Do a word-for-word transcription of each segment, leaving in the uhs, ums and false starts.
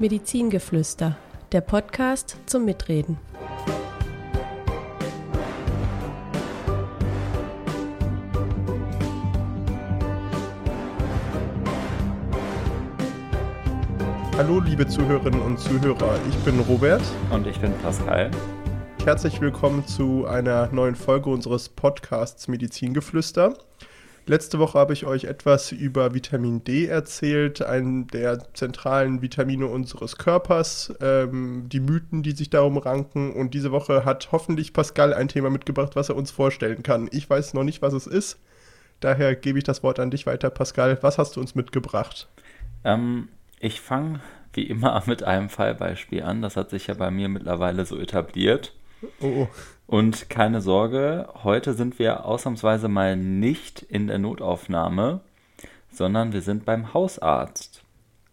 Medizingeflüster, der Podcast zum Mitreden. Hallo liebe Zuhörerinnen und Zuhörer, ich bin Robert. Und ich bin Pascal. Herzlich willkommen zu einer neuen Folge unseres Podcasts Medizingeflüster. Letzte Woche habe ich euch etwas über Vitamin D erzählt, einen der zentralen Vitamine unseres Körpers, ähm, die Mythen, die sich darum ranken. Und diese Woche hat hoffentlich Pascal ein Thema mitgebracht, was er uns vorstellen kann. Ich weiß noch nicht, was es ist. Daher gebe ich das Wort an dich weiter, Pascal. Was hast du uns mitgebracht? Ähm, ich fange wie immer mit einem Fallbeispiel an. Das hat sich ja bei mir mittlerweile so etabliert. Oh. Und keine Sorge, heute sind wir ausnahmsweise mal nicht in der Notaufnahme, sondern wir sind beim Hausarzt.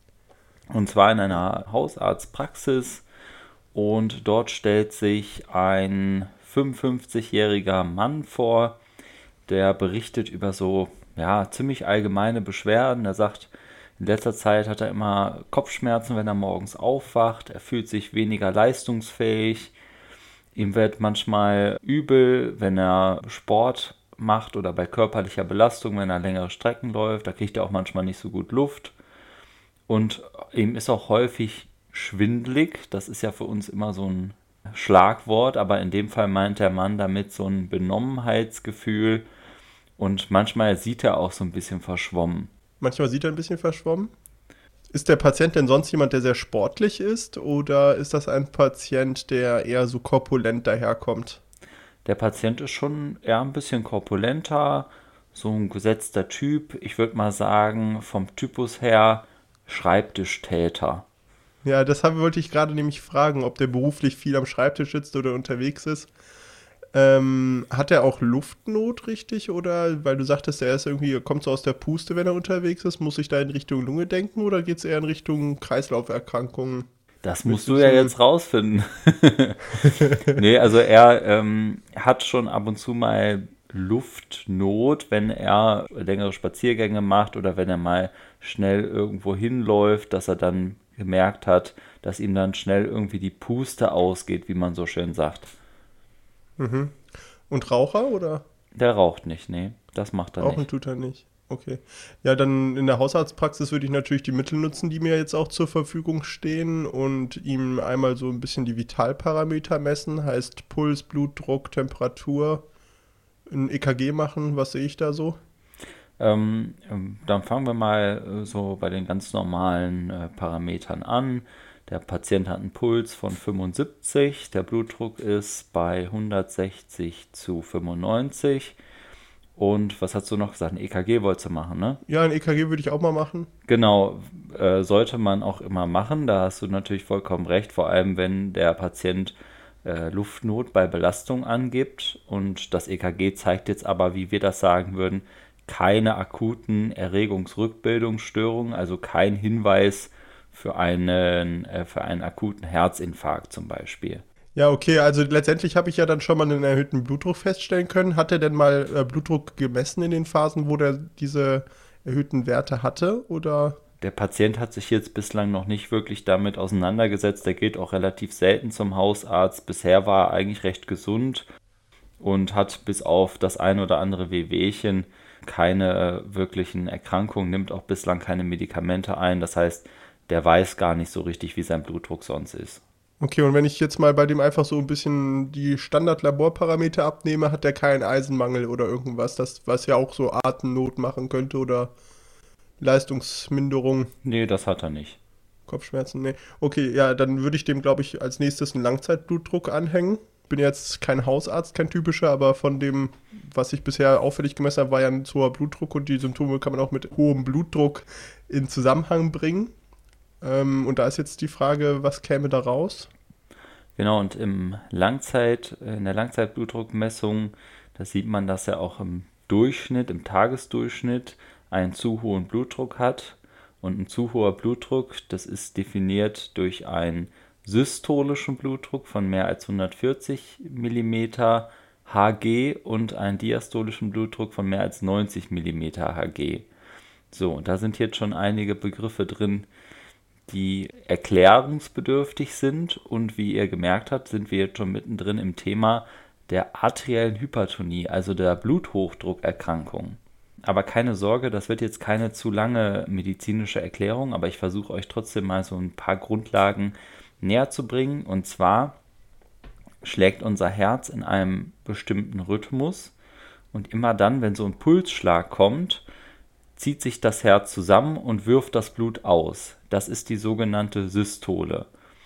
Und zwar in einer Hausarztpraxis. Und dort stellt sich ein fünfundfünfzigjähriger Mann vor, der berichtet über so ja, ziemlich allgemeine Beschwerden. Er sagt, in letzter Zeit hat er immer Kopfschmerzen, wenn er morgens aufwacht. Er fühlt sich weniger leistungsfähig. Ihm wird manchmal übel, wenn er Sport macht oder bei körperlicher Belastung, wenn er längere Strecken läuft. Da kriegt er auch manchmal nicht so gut Luft. Und ihm ist auch häufig schwindelig. Das ist ja für uns immer so ein Schlagwort, aber in dem Fall meint der Mann damit so ein Benommenheitsgefühl. Und manchmal sieht er auch so ein bisschen verschwommen. Manchmal sieht er ein bisschen verschwommen. Ist der Patient denn sonst jemand, der sehr sportlich ist, oder ist das ein Patient, der eher so korpulent daherkommt? Der Patient ist schon eher ein bisschen korpulenter, so ein gesetzter Typ. Ich würde mal sagen, vom Typus her Schreibtischtäter. Ja, deshalb wollte ich gerade nämlich fragen, ob der beruflich viel am Schreibtisch sitzt oder unterwegs ist. Ähm, hat er auch Luftnot, richtig? Oder, weil du sagtest, er ist irgendwie, kommt so aus der Puste, wenn er unterwegs ist, muss ich da in Richtung Lunge denken oder geht es eher in Richtung Kreislauferkrankungen? Das musst du ja jetzt rausfinden. Nee, also er ähm, hat schon ab und zu mal Luftnot, wenn er längere Spaziergänge macht oder wenn er mal schnell irgendwo hinläuft, dass er dann gemerkt hat, dass ihm dann schnell irgendwie die Puste ausgeht, wie man so schön sagt. Mhm. Und Raucher, oder? Der raucht nicht, nee, das macht er Rauchen nicht. tut er nicht. Okay. Ja, dann in der Hausarztpraxis würde ich natürlich die Mittel nutzen, die mir jetzt auch zur Verfügung stehen und ihm einmal so ein bisschen die Vitalparameter messen, heißt Puls, Blutdruck, Temperatur, ein E K G machen. Was sehe ich da so? Ähm, dann fangen wir mal äh, so bei den ganz normalen äh, Parametern an. Der Patient hat einen Puls von fünfundsiebzig, der Blutdruck ist bei hundertsechzig zu fünfundneunzig. Und was hast du noch gesagt? Ein E K G wolltest du machen, ne? Ja, ein E K G würde ich auch mal machen. Genau, äh, sollte man auch immer machen. Da hast du natürlich vollkommen recht, vor allem wenn der Patient äh, Luftnot bei Belastung angibt. Und das E K G zeigt jetzt aber, wie wir das sagen würden, keine akuten Erregungsrückbildungsstörungen, also kein Hinweis für einen, äh, für einen akuten Herzinfarkt zum Beispiel. Ja, okay, also letztendlich habe ich ja dann schon mal einen erhöhten Blutdruck feststellen können. Hat er denn mal äh, Blutdruck gemessen in den Phasen, wo der diese erhöhten Werte hatte, oder? Der Patient hat sich jetzt bislang noch nicht wirklich damit auseinandergesetzt. Der geht auch relativ selten zum Hausarzt. Bisher war er eigentlich recht gesund und hat bis auf das ein oder andere Wehwehchen keine wirklichen Erkrankungen, nimmt auch bislang keine Medikamente ein. Das heißt, der weiß gar nicht so richtig, wie sein Blutdruck sonst ist. Okay, und wenn ich jetzt mal bei dem einfach so ein bisschen die Standard-Laborparameter abnehme, hat der keinen Eisenmangel oder irgendwas, das, was ja auch so Atemnot machen könnte oder Leistungsminderung, Nee, das hat er nicht. Kopfschmerzen, nee. Okay, ja, dann würde ich dem, glaube ich, als nächstes einen Langzeitblutdruck anhängen. Bin jetzt kein Hausarzt, kein typischer, aber von dem, was ich bisher auffällig gemessen habe, war ja ein zu hoher Blutdruck und die Symptome kann man auch mit hohem Blutdruck in Zusammenhang bringen. Ähm, und da ist jetzt die Frage, was käme da raus? Genau, und im Langzeit, in der Langzeitblutdruckmessung, da sieht man, dass er auch im Durchschnitt, im Tagesdurchschnitt einen zu hohen Blutdruck hat. Und ein zu hoher Blutdruck, das ist definiert durch einen systolischen Blutdruck von mehr als hundertvierzig Millimeter Hg und einen diastolischen Blutdruck von mehr als neunzig Millimeter Hg. So, und da sind jetzt schon einige Begriffe drin, die erklärungsbedürftig sind. Und wie ihr gemerkt habt, sind wir jetzt schon mittendrin im Thema der arteriellen Hypertonie, also der Bluthochdruckerkrankung. Aber keine Sorge, das wird jetzt keine zu lange medizinische Erklärung, aber ich versuche euch trotzdem mal so ein paar Grundlagen näher zu bringen. Und zwar schlägt unser Herz in einem bestimmten Rhythmus und immer dann, wenn so ein Pulsschlag kommt, zieht sich das Herz zusammen und wirft das Blut aus. Das ist die sogenannte Systole.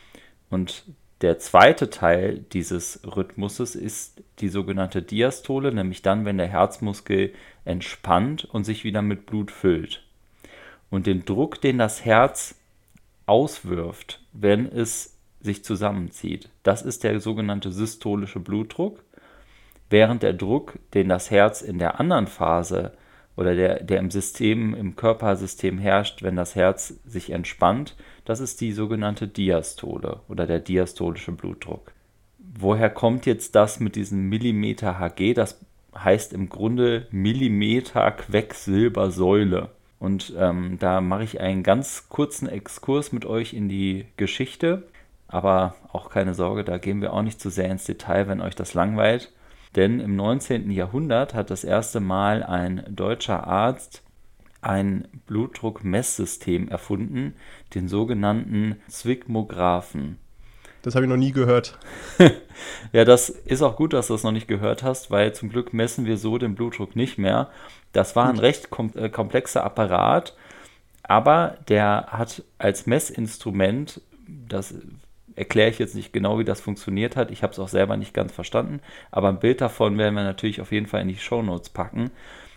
Und der zweite Teil dieses Rhythmuses ist die sogenannte Diastole, nämlich dann, wenn der Herzmuskel entspannt und sich wieder mit Blut füllt. Und den Druck, den das Herz auswirft, wenn es sich zusammenzieht, das ist der sogenannte systolische Blutdruck, während der Druck, den das Herz in der anderen Phase oder der, der im System, im Körpersystem herrscht, wenn das Herz sich entspannt, das ist die sogenannte Diastole oder der diastolische Blutdruck. Woher kommt jetzt das mit diesem Millimeter Hg? Das heißt im Grunde Millimeter Quecksilbersäule. Und ähm, da mache ich einen ganz kurzen Exkurs mit euch in die Geschichte. Aber auch keine Sorge, da gehen wir auch nicht zu sehr ins Detail, wenn euch das langweilt. Denn im neunzehnten Jahrhundert hat das erste Mal ein deutscher Arzt ein Blutdruckmesssystem erfunden, den sogenannten Sphygmographen. Das habe ich noch nie gehört. Ja, das ist auch gut, dass du das noch nicht gehört hast, weil zum Glück messen wir so den Blutdruck nicht mehr. Das war ein recht kom- äh, komplexer Apparat, aber der hat als Messinstrument, das erkläre ich jetzt nicht genau, wie das funktioniert hat, ich habe es auch selber nicht ganz verstanden, aber ein Bild davon werden wir natürlich auf jeden Fall in die Shownotes packen.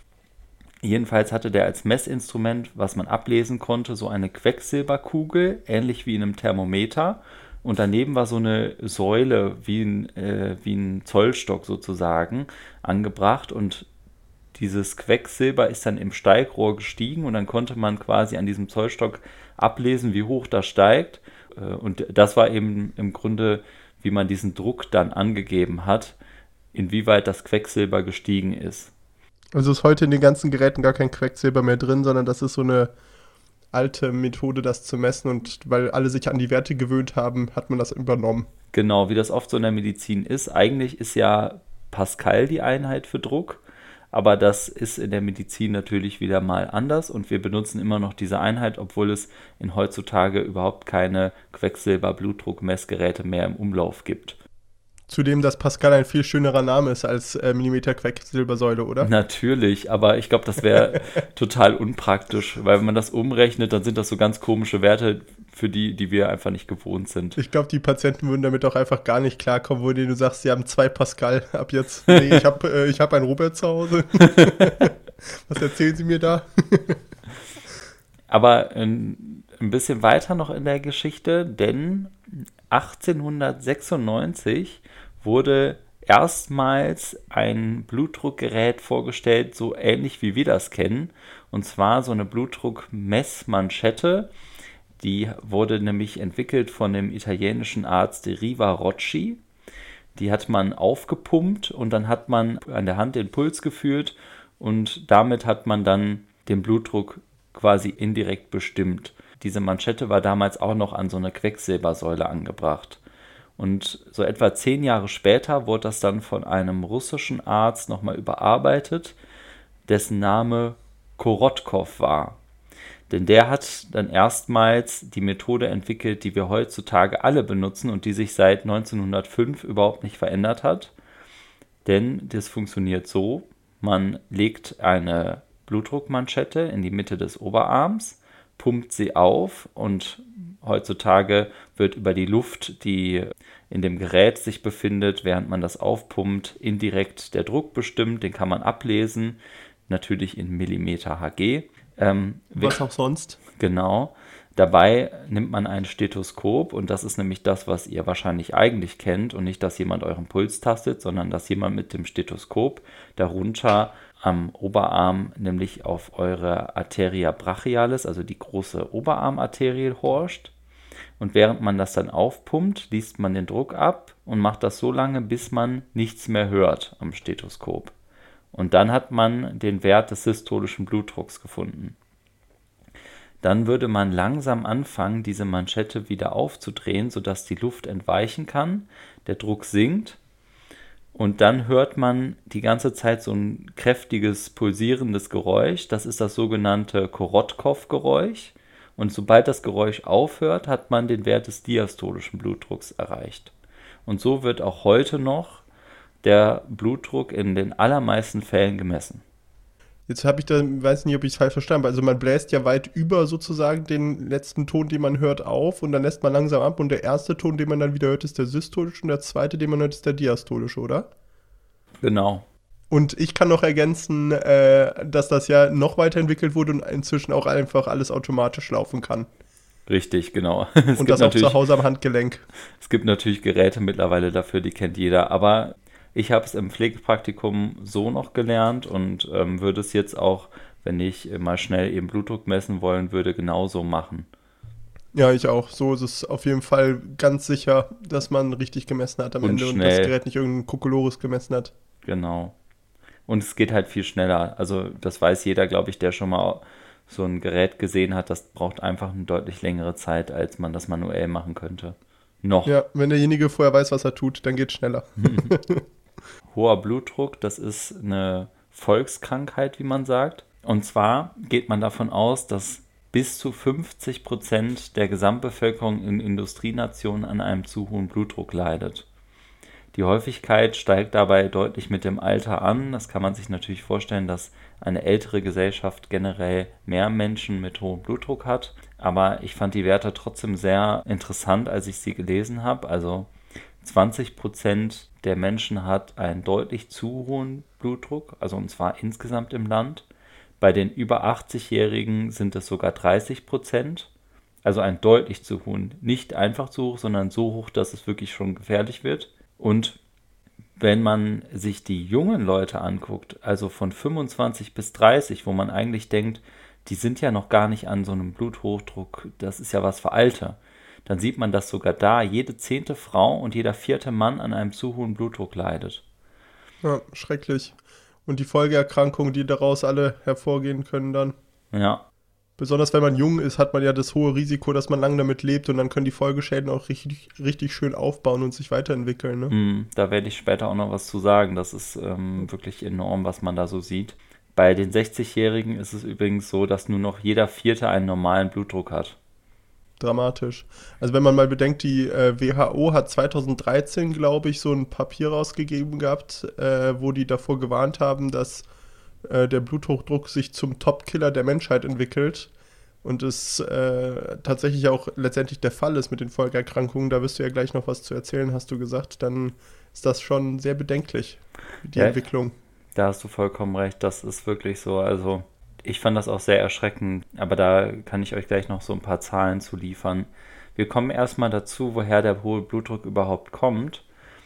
Jedenfalls hatte der als Messinstrument, was man ablesen konnte, so eine Quecksilberkugel, ähnlich wie in einem Thermometer. Und daneben war so eine Säule, wie ein, äh, wie ein Zollstock sozusagen, angebracht. Und dieses Quecksilber ist dann im Steigrohr gestiegen und dann konnte man quasi an diesem Zollstock ablesen, wie hoch das steigt. Äh, und das war eben im Grunde, wie man diesen Druck dann angegeben hat, inwieweit das Quecksilber gestiegen ist. Also ist heute in den ganzen Geräten gar kein Quecksilber mehr drin, sondern das ist so eine alte Methode, das zu messen, und weil alle sich an die Werte gewöhnt haben, hat man das übernommen. Genau, wie das oft so in der Medizin ist. Eigentlich ist ja Pascal die Einheit für Druck, aber das ist in der Medizin natürlich wieder mal anders und wir benutzen immer noch diese Einheit, obwohl es in heutzutage überhaupt keine Quecksilber-Blutdruckmessgeräte mehr im Umlauf gibt. Zudem, dass Pascal ein viel schönerer Name ist als äh, Millimeter Quecksilbersäule, oder? Natürlich, aber ich glaube, das wäre total unpraktisch, weil wenn man das umrechnet, dann sind das so ganz komische Werte, für die, die wir einfach nicht gewohnt sind. Ich glaube, die Patienten würden damit auch einfach gar nicht klarkommen, wo denen du sagst, sie haben zwei Pascal ab jetzt. Nee, ich habe äh, ich hab einen Robert zu Hause. Was erzählen Sie mir da? Aber ein, ein bisschen weiter noch in der Geschichte, denn achtzehnhundertsechsundneunzig wurde erstmals ein Blutdruckgerät vorgestellt, so ähnlich wie wir das kennen. Und zwar so eine Blutdruckmessmanschette. Die wurde nämlich entwickelt von dem italienischen Arzt Riva Rocci. Die hat man aufgepumpt und dann hat man an der Hand den Puls gefühlt und damit hat man dann den Blutdruck quasi indirekt bestimmt. Diese Manschette war damals auch noch an so eine Quecksilbersäule angebracht. Und so etwa zehn Jahre später wurde das dann von einem russischen Arzt nochmal überarbeitet, dessen Name Korotkov war. Denn der hat dann erstmals die Methode entwickelt, die wir heutzutage alle benutzen und die sich seit neunzehnhundertfünf überhaupt nicht verändert hat. Denn das funktioniert so, man legt eine Blutdruckmanschette in die Mitte des Oberarms, pumpt sie auf und heutzutage wird über die Luft, die in dem Gerät sich befindet, während man das aufpumpt, indirekt der Druck bestimmt, den kann man ablesen, natürlich in Millimeter Hg. Ähm, Was auch sonst. Genau. Dabei nimmt man ein Stethoskop und das ist nämlich das, was ihr wahrscheinlich eigentlich kennt und nicht, dass jemand euren Puls tastet, sondern dass jemand mit dem Stethoskop darunter am Oberarm nämlich auf eure Arteria brachialis, also die große Oberarmarterie, horcht. Und während man das dann aufpumpt, liest man den Druck ab und macht das so lange, bis man nichts mehr hört am Stethoskop. Und dann hat man den Wert des systolischen Blutdrucks gefunden. dann würde man langsam anfangen, diese Manschette wieder aufzudrehen, sodass die Luft entweichen kann, der Druck sinkt und dann hört man die ganze Zeit so ein kräftiges, pulsierendes Geräusch. Das ist das sogenannte Korotkov-Geräusch und sobald das Geräusch aufhört, hat man den Wert des diastolischen Blutdrucks erreicht. Und so wird auch heute noch der Blutdruck in den allermeisten Fällen gemessen. Jetzt habe ich da, weiß nicht, ob ich es falsch verstanden habe. Also man bläst ja weit über sozusagen den letzten Ton, den man hört, auf und dann lässt man langsam ab und der erste Ton, den man dann wieder hört, ist der systolische und der zweite, den man hört, ist der diastolische, oder? Genau. Und ich kann noch ergänzen, äh, dass das ja noch weiterentwickelt wurde und inzwischen auch einfach alles automatisch laufen kann. Richtig, genau. Es und das auch zu Hause am Handgelenk. Es gibt natürlich Geräte mittlerweile dafür, die kennt jeder, aber ich habe es im Pflegepraktikum so noch gelernt und ähm, würde es jetzt auch, wenn ich mal schnell eben Blutdruck messen wollen würde, genauso machen. Ja, ich auch. So ist es auf jeden Fall ganz sicher, dass man richtig gemessen hat am und Ende schnell. Und das Gerät nicht irgendein Kokolores gemessen hat. Genau. Und es geht halt viel schneller. Also das weiß jeder, glaube ich, der schon mal so ein Gerät gesehen hat. Das braucht einfach eine deutlich längere Zeit, als man das manuell machen könnte. Noch. Ja, wenn derjenige vorher weiß, was er tut, dann geht es schneller. Hoher Blutdruck, das ist eine Volkskrankheit, wie man sagt. Und zwar geht man davon aus, dass bis zu fünfzig Prozent der Gesamtbevölkerung in Industrienationen an einem zu hohen Blutdruck leidet. Die Häufigkeit steigt dabei deutlich mit dem Alter an. Das kann man sich natürlich vorstellen, dass eine ältere Gesellschaft generell mehr Menschen mit hohem Blutdruck hat. Aber ich fand die Werte trotzdem sehr interessant, als ich sie gelesen habe. Also zwanzig Prozent der Menschen hat einen deutlich zu hohen Blutdruck, also und zwar insgesamt im Land. Bei den über achtzig-Jährigen sind es sogar dreißig Prozent, also einen deutlich zu hohen. Nicht einfach zu hoch, sondern so hoch, dass es wirklich schon gefährlich wird. Und wenn man sich die jungen Leute anguckt, also von fünfundzwanzig bis dreißig, wo man eigentlich denkt, die sind ja noch gar nicht an so einem Bluthochdruck, das ist ja was für Alte, dann sieht man, dass sogar da jede zehnte Frau und jeder vierte Mann an einem zu hohen Blutdruck leidet. Ja, schrecklich. Und die Folgeerkrankungen, die daraus alle hervorgehen können dann. Ja. Besonders wenn man jung ist, hat man ja das hohe Risiko, dass man lange damit lebt und dann können die Folgeschäden auch richtig, richtig schön aufbauen und sich weiterentwickeln. Ne? Mm, da werde ich später auch noch was zu sagen. Das ist ähm, wirklich enorm, was man da so sieht. Bei den sechzig-Jährigen ist es übrigens so, dass nur noch jeder Vierte einen normalen Blutdruck hat. Dramatisch. Also wenn man mal bedenkt, die äh, W H O hat zweitausenddreizehn, glaube ich, so ein Papier rausgegeben gehabt, äh, wo die davor gewarnt haben, dass äh, der Bluthochdruck sich zum Top-Killer der Menschheit entwickelt und es äh, tatsächlich auch letztendlich der Fall ist mit den Folgeerkrankungen. Da wirst du ja gleich noch was zu erzählen, hast du gesagt. Dann ist das schon sehr bedenklich, die ja, Entwicklung. Da hast du vollkommen recht, das ist wirklich so, also ich fand das auch sehr erschreckend, aber da kann ich euch gleich noch so ein paar Zahlen zu liefern. Wir kommen erstmal dazu, woher der hohe Blutdruck überhaupt kommt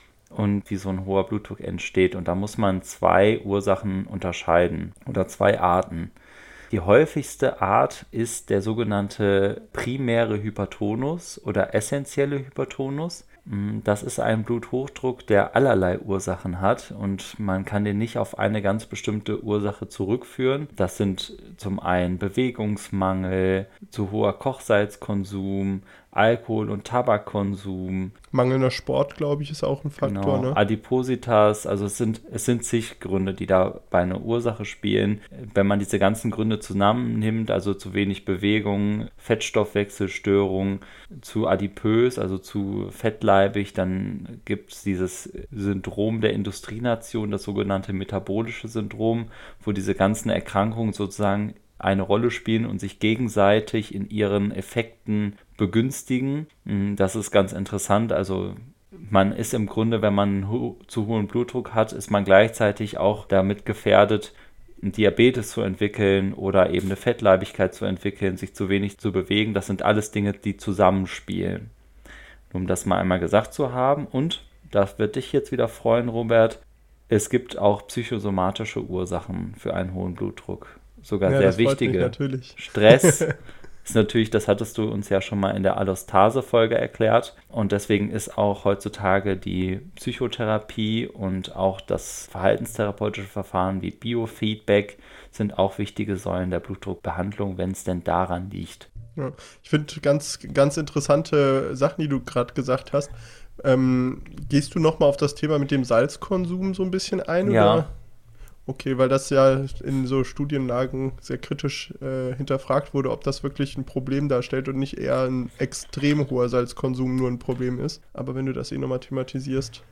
und wie so ein hoher Blutdruck entsteht. Und da muss man zwei Ursachen unterscheiden oder zwei Arten. Die häufigste Art ist der sogenannte primäre Hypertonus oder essentielle Hypertonus. Das ist ein Bluthochdruck, der allerlei Ursachen hat und man kann den nicht auf eine ganz bestimmte Ursache zurückführen. Das sind zum einen Bewegungsmangel, zu hoher Kochsalzkonsum, Alkohol- und Tabakkonsum. Mangelnder Sport, glaube ich, ist auch ein Faktor. Genau. Ne? Adipositas, also es sind, es sind zig Gründe, die dabei eine Ursache spielen. Wenn man diese ganzen Gründe zusammennimmt, also zu wenig Bewegung, Fettstoffwechselstörung, zu adipös, also zu fettleibig, dann gibt es dieses Syndrom der Industrienation, das sogenannte metabolische Syndrom, wo diese ganzen Erkrankungen sozusagen eine Rolle spielen und sich gegenseitig in ihren Effekten begünstigen. Das ist ganz interessant. Also man ist im Grunde, wenn man einen ho- zu hohen Blutdruck hat, ist man gleichzeitig auch damit gefährdet, einen Diabetes zu entwickeln oder eben eine Fettleibigkeit zu entwickeln, sich zu wenig zu bewegen. Das sind alles Dinge, die zusammenspielen. Um das mal einmal gesagt zu haben. Und, das wird dich jetzt wieder freuen, Robert, es gibt auch psychosomatische Ursachen für einen hohen Blutdruck. Sogar ja, sehr das freut wichtige. mich natürlich. Stress, ist natürlich, das hattest du uns ja schon mal in der Allostase-Folge erklärt. Und deswegen ist auch heutzutage die Psychotherapie und auch das verhaltenstherapeutische Verfahren wie Biofeedback sind auch wichtige Säulen der Blutdruckbehandlung, wenn es denn daran liegt. Ja, ich finde ganz, ganz interessante Sachen, die du gerade gesagt hast. Ähm, gehst du nochmal auf das Thema mit dem Salzkonsum so ein bisschen ein? Ja. Oder? Okay, weil das ja in so Studienlagen sehr kritisch äh, hinterfragt wurde, ob das wirklich ein Problem darstellt und nicht eher ein extrem hoher Salzkonsum nur ein Problem ist. Aber wenn du das eh nochmal thematisierst.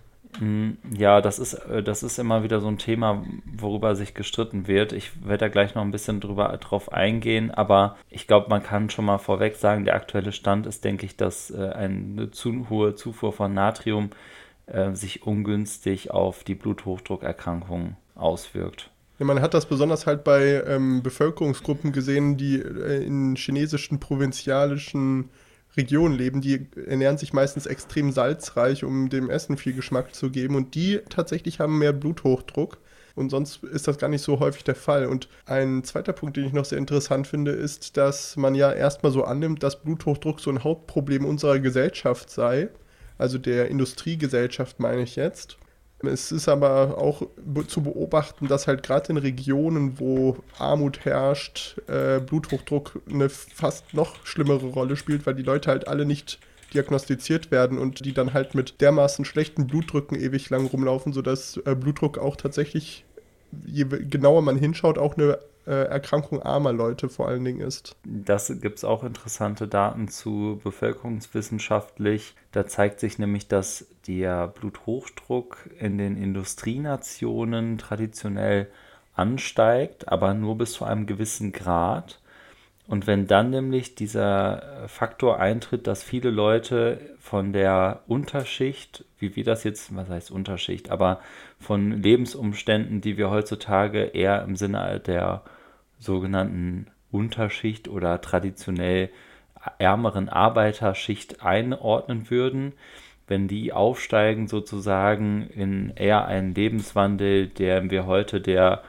Ja, das ist, das ist immer wieder so ein Thema, worüber sich gestritten wird. Ich werde da gleich noch ein bisschen drüber, drauf eingehen, aber ich glaube, man kann schon mal vorweg sagen, der aktuelle Stand ist, denke ich, dass äh, eine zu hohe Zufuhr von Natrium äh, sich ungünstig auf die Bluthochdruckerkrankungen auswirkt. Ja, man hat das besonders halt bei ähm, Bevölkerungsgruppen gesehen, die äh, in chinesischen, provinzialischen Regionen leben, die ernähren sich meistens extrem salzreich, um dem Essen viel Geschmack zu geben und die tatsächlich haben mehr Bluthochdruck und sonst ist das gar nicht so häufig der Fall. Und ein zweiter Punkt, den ich noch sehr interessant finde, ist, dass man ja erstmal so annimmt, dass Bluthochdruck so ein Hauptproblem unserer Gesellschaft sei, also der Industriegesellschaft meine ich jetzt. Es ist aber auch zu beobachten, dass halt gerade in Regionen, wo Armut herrscht, äh, Bluthochdruck eine fast noch schlimmere Rolle spielt, weil die Leute halt alle nicht diagnostiziert werden und die dann halt mit dermaßen schlechten Blutdrücken ewig lang rumlaufen, sodass äh, Blutdruck auch tatsächlich, je genauer man hinschaut, auch eine äh, Erkrankung armer Leute vor allen Dingen ist. Das gibt es auch interessante Daten zu bevölkerungswissenschaftlich. Da zeigt sich nämlich, dass der Bluthochdruck in den Industrienationen traditionell ansteigt, aber nur bis zu einem gewissen Grad. Und wenn dann nämlich dieser Faktor eintritt, dass viele Leute von der Unterschicht, wie wir das jetzt, was heißt Unterschicht, aber von Lebensumständen, die wir heutzutage eher im Sinne der sogenannten Unterschicht oder traditionell ärmeren Arbeiterschicht einordnen würden, wenn die aufsteigen sozusagen in eher einen Lebenswandel, der wir heute der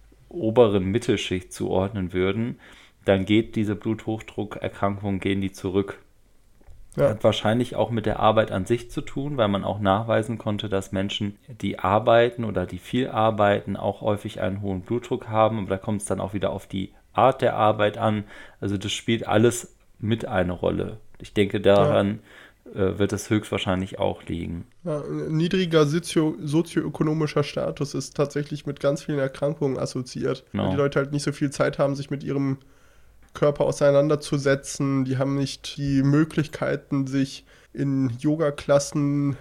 oberen Mittelschicht zuordnen würden, dann geht diese Bluthochdruckerkrankung, gehen die zurück. Ja. Hat wahrscheinlich auch mit der Arbeit an sich zu tun, weil man auch nachweisen konnte, dass Menschen, die arbeiten oder die viel arbeiten, auch häufig einen hohen Blutdruck haben. Aber da kommt es dann auch wieder auf die Art der Arbeit an. Also das spielt alles mit eine Rolle. Ich denke, daran ja. äh, wird es höchstwahrscheinlich auch liegen. Ja, ein niedriger sozio- sozioökonomischer Status ist tatsächlich mit ganz vielen Erkrankungen assoziiert. Genau. Weil die Leute halt nicht so viel Zeit haben, sich mit ihrem Körper auseinanderzusetzen. Die haben nicht die Möglichkeiten, sich in Yoga-Klassen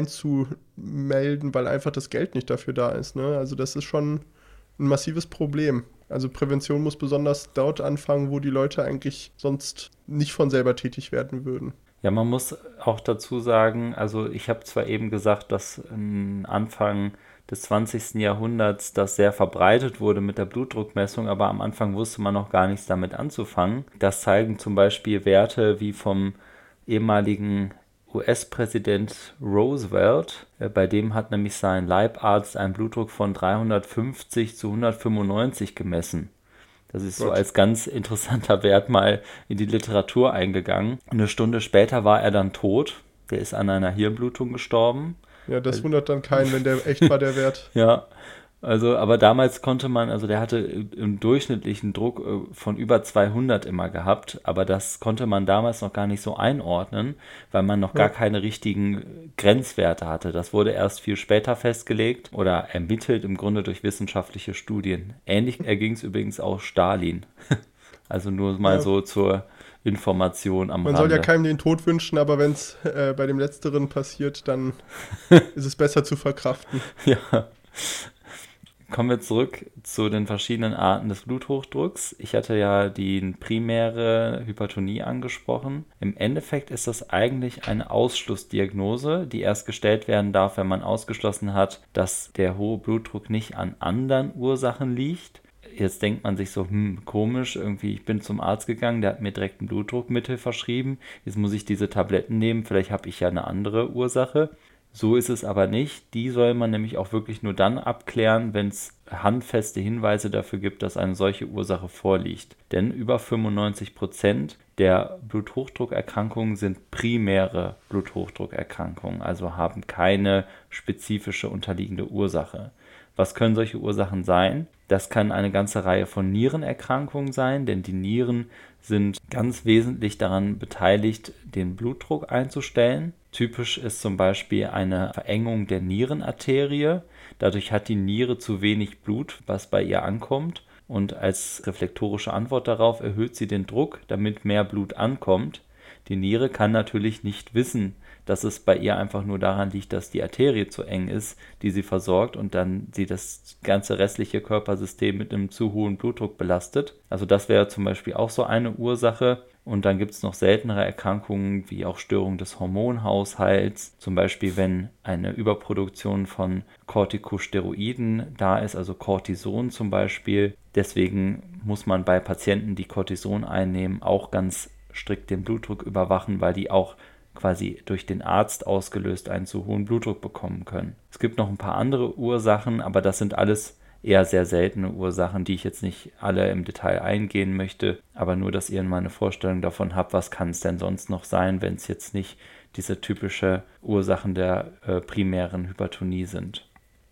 einzumelden, weil einfach das Geld nicht dafür da ist. Ne? Also das ist schon ein massives Problem. Also Prävention muss besonders dort anfangen, wo die Leute eigentlich sonst nicht von selber tätig werden würden. Ja, man muss auch dazu sagen, also ich habe zwar eben gesagt, dass am Anfang des zwanzigsten Jahrhunderts das sehr verbreitet wurde mit der Blutdruckmessung, aber am Anfang wusste man noch gar nichts damit anzufangen. Das zeigen zum Beispiel Werte wie vom ehemaligen U S-Präsident Roosevelt. Bei dem hat nämlich sein Leibarzt einen Blutdruck von dreihundertfünfzig zu hundertfünfundneunzig gemessen. Das ist Gott. So als ganz interessanter Wert mal in die Literatur eingegangen. Eine Stunde später war er dann tot. Der ist an einer Hirnblutung gestorben. Ja, das wundert dann keinen, wenn der echt war, der Wert. Ja, also, aber damals konnte man, also der hatte im durchschnittlichen Druck von über zweihundert immer gehabt, aber das konnte man damals noch gar nicht so einordnen, weil man noch ja. gar keine richtigen Grenzwerte hatte. Das wurde erst viel später festgelegt oder ermittelt im Grunde durch wissenschaftliche Studien. Ähnlich erging es übrigens auch Stalin. Also nur mal ja. so zur Information am Man Rande. soll ja keinem den Tod wünschen, aber wenn es äh, bei dem Letzteren passiert, dann ist es besser zu verkraften. Ja. Kommen wir zurück zu den verschiedenen Arten des Bluthochdrucks. Ich hatte ja die primäre Hypertonie angesprochen. Im Endeffekt ist das eigentlich eine Ausschlussdiagnose, die erst gestellt werden darf, wenn man ausgeschlossen hat, dass der hohe Blutdruck nicht an anderen Ursachen liegt. Jetzt denkt man sich so, hm, komisch, irgendwie, ich bin zum Arzt gegangen, der hat mir direkt ein Blutdruckmittel verschrieben. Jetzt muss ich diese Tabletten nehmen, vielleicht habe ich ja eine andere Ursache. So ist es aber nicht. Die soll man nämlich auch wirklich nur dann abklären, wenn es handfeste Hinweise dafür gibt, dass eine solche Ursache vorliegt. Denn über fünfundneunzig Prozent der Bluthochdruckerkrankungen sind primäre Bluthochdruckerkrankungen, also haben keine spezifische unterliegende Ursache. Was können solche Ursachen sein? Das kann eine ganze Reihe von Nierenerkrankungen sein, denn die Nieren sind ganz wesentlich daran beteiligt, den Blutdruck einzustellen. Typisch ist zum Beispiel eine Verengung der Nierenarterie. Dadurch hat die Niere zu wenig Blut, was bei ihr ankommt. Und als reflektorische Antwort darauf erhöht sie den Druck, damit mehr Blut ankommt. Die Niere kann natürlich nicht wissen, dass es bei ihr einfach nur daran liegt, dass die Arterie zu eng ist, die sie versorgt und dann sie das ganze restliche Körpersystem mit einem zu hohen Blutdruck belastet. Also das wäre zum Beispiel auch so eine Ursache. Und dann gibt es noch seltenere Erkrankungen wie auch Störungen des Hormonhaushalts, zum Beispiel wenn eine Überproduktion von Corticosteroiden da ist, also Cortison zum Beispiel. Deswegen muss man bei Patienten, die Cortison einnehmen, auch ganz strikt den Blutdruck überwachen, weil die auch quasi durch den Arzt ausgelöst einen zu hohen Blutdruck bekommen können. Es gibt noch ein paar andere Ursachen, aber das sind alles eher sehr seltene Ursachen, die ich jetzt nicht alle im Detail eingehen möchte, aber nur, dass ihr mal eine Vorstellung davon habt, was kann es denn sonst noch sein, wenn es jetzt nicht diese typische Ursachen der äh, primären Hypertonie sind.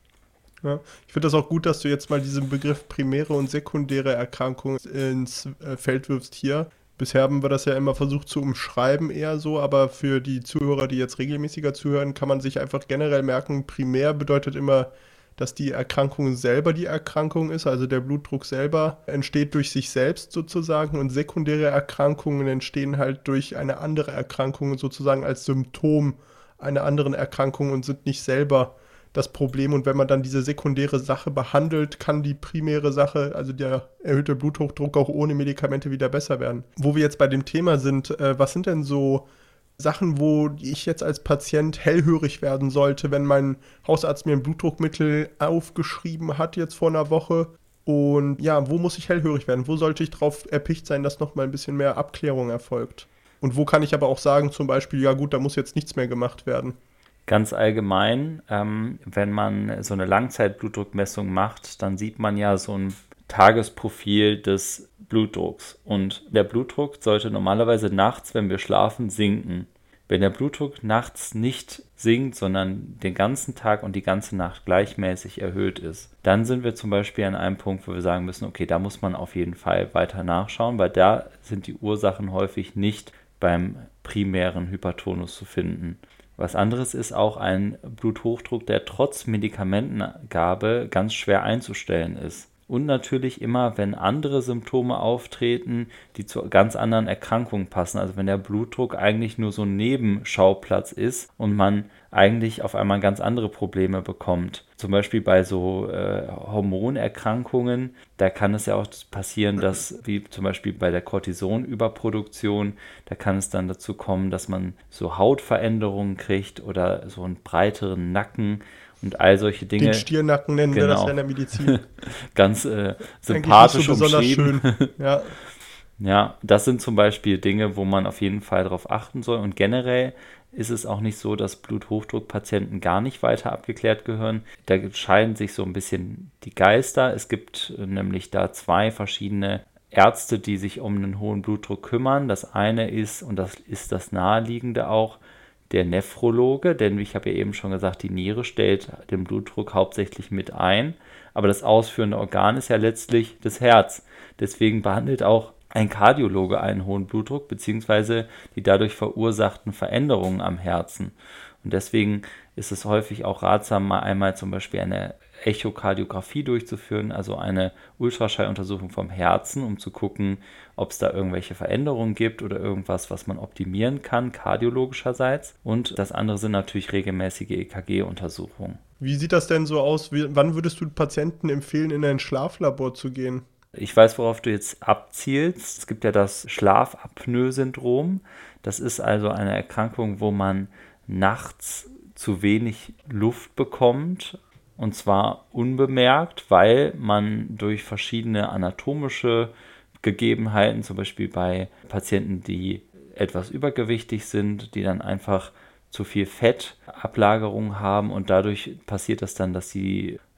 Ja, ich finde das auch gut, dass du jetzt mal diesen Begriff primäre und sekundäre Erkrankungen ins äh, Feld wirfst hier. Bisher haben wir das ja immer versucht zu umschreiben eher so, aber für die Zuhörer, die jetzt regelmäßiger zuhören, kann man sich einfach generell merken, primär bedeutet immer, dass die Erkrankung selber die Erkrankung ist, also der Blutdruck selber entsteht durch sich selbst sozusagen und sekundäre Erkrankungen entstehen halt durch eine andere Erkrankung sozusagen als Symptom einer anderen Erkrankung und sind nicht selber das Problem. Und wenn man dann diese sekundäre Sache behandelt, kann die primäre Sache, also der erhöhte Bluthochdruck, auch ohne Medikamente wieder besser werden. Wo wir jetzt bei dem Thema sind, äh, was sind denn so Sachen, wo ich jetzt als Patient hellhörig werden sollte, wenn mein Hausarzt mir ein Blutdruckmittel aufgeschrieben hat jetzt vor einer Woche? Und ja, wo muss ich hellhörig werden? Wo sollte ich drauf erpicht sein, dass nochmal ein bisschen mehr Abklärung erfolgt? Und wo kann ich aber auch sagen, zum Beispiel, ja gut, da muss jetzt nichts mehr gemacht werden? Ganz allgemein, ähm, wenn man so eine Langzeitblutdruckmessung macht, dann sieht man ja so ein Tagesprofil des Blutdrucks. Und der Blutdruck sollte normalerweise nachts, wenn wir schlafen, sinken. Wenn der Blutdruck nachts nicht sinkt, sondern den ganzen Tag und die ganze Nacht gleichmäßig erhöht ist, dann sind wir zum Beispiel an einem Punkt, wo wir sagen müssen, okay, da muss man auf jeden Fall weiter nachschauen, weil da sind die Ursachen häufig nicht beim primären Hypertonus zu finden. Was anderes ist auch ein Bluthochdruck, der trotz Medikamentengabe ganz schwer einzustellen ist. Und natürlich immer, wenn andere Symptome auftreten, die zu ganz anderen Erkrankungen passen. Also wenn der Blutdruck eigentlich nur so ein Nebenschauplatz ist und man eigentlich auf einmal ganz andere Probleme bekommt. Zum Beispiel bei so äh, Hormonerkrankungen, da kann es ja auch passieren, dass, wie zum Beispiel bei der Cortisonüberproduktion, da kann es dann dazu kommen, dass man so Hautveränderungen kriegt oder so einen breiteren Nacken und all solche Dinge. Den Stirnacken nennen genau. wir das ja in der Medizin. Ganz äh, sympathisch so besonders umschrieben. Schön. Ja. Ja, das sind zum Beispiel Dinge, wo man auf jeden Fall darauf achten soll. Und generell ist es auch nicht so, dass Bluthochdruckpatienten gar nicht weiter abgeklärt gehören. Da scheiden sich so ein bisschen die Geister. Es gibt nämlich da zwei verschiedene Ärzte, die sich um einen hohen Blutdruck kümmern. Das eine ist, und das ist das Naheliegende auch, der Nephrologe, denn ich habe ja eben schon gesagt, die Niere stellt den Blutdruck hauptsächlich mit ein, aber das ausführende Organ ist ja letztlich das Herz. Deswegen behandelt auch ein Kardiologe einen hohen Blutdruck bzw. die dadurch verursachten Veränderungen am Herzen. Und deswegen ist es häufig auch ratsam, mal einmal zum Beispiel eine Echokardiographie durchzuführen, also eine Ultraschalluntersuchung vom Herzen, um zu gucken, ob es da irgendwelche Veränderungen gibt oder irgendwas, was man optimieren kann, kardiologischerseits. Und das andere sind natürlich regelmäßige E K G-Untersuchungen. Wie sieht das denn so aus? Wie, wann würdest du Patienten empfehlen, in ein Schlaflabor zu gehen? Ich weiß, worauf du jetzt abzielst. Es gibt ja das Schlafapnoe-Syndrom. Das ist also eine Erkrankung, wo man nachts zu wenig Luft bekommt, und zwar unbemerkt, weil man durch verschiedene anatomische Gegebenheiten, zum Beispiel bei Patienten, die etwas übergewichtig sind, die dann einfach zu viel Fettablagerung haben und dadurch passiert das dann, dass sie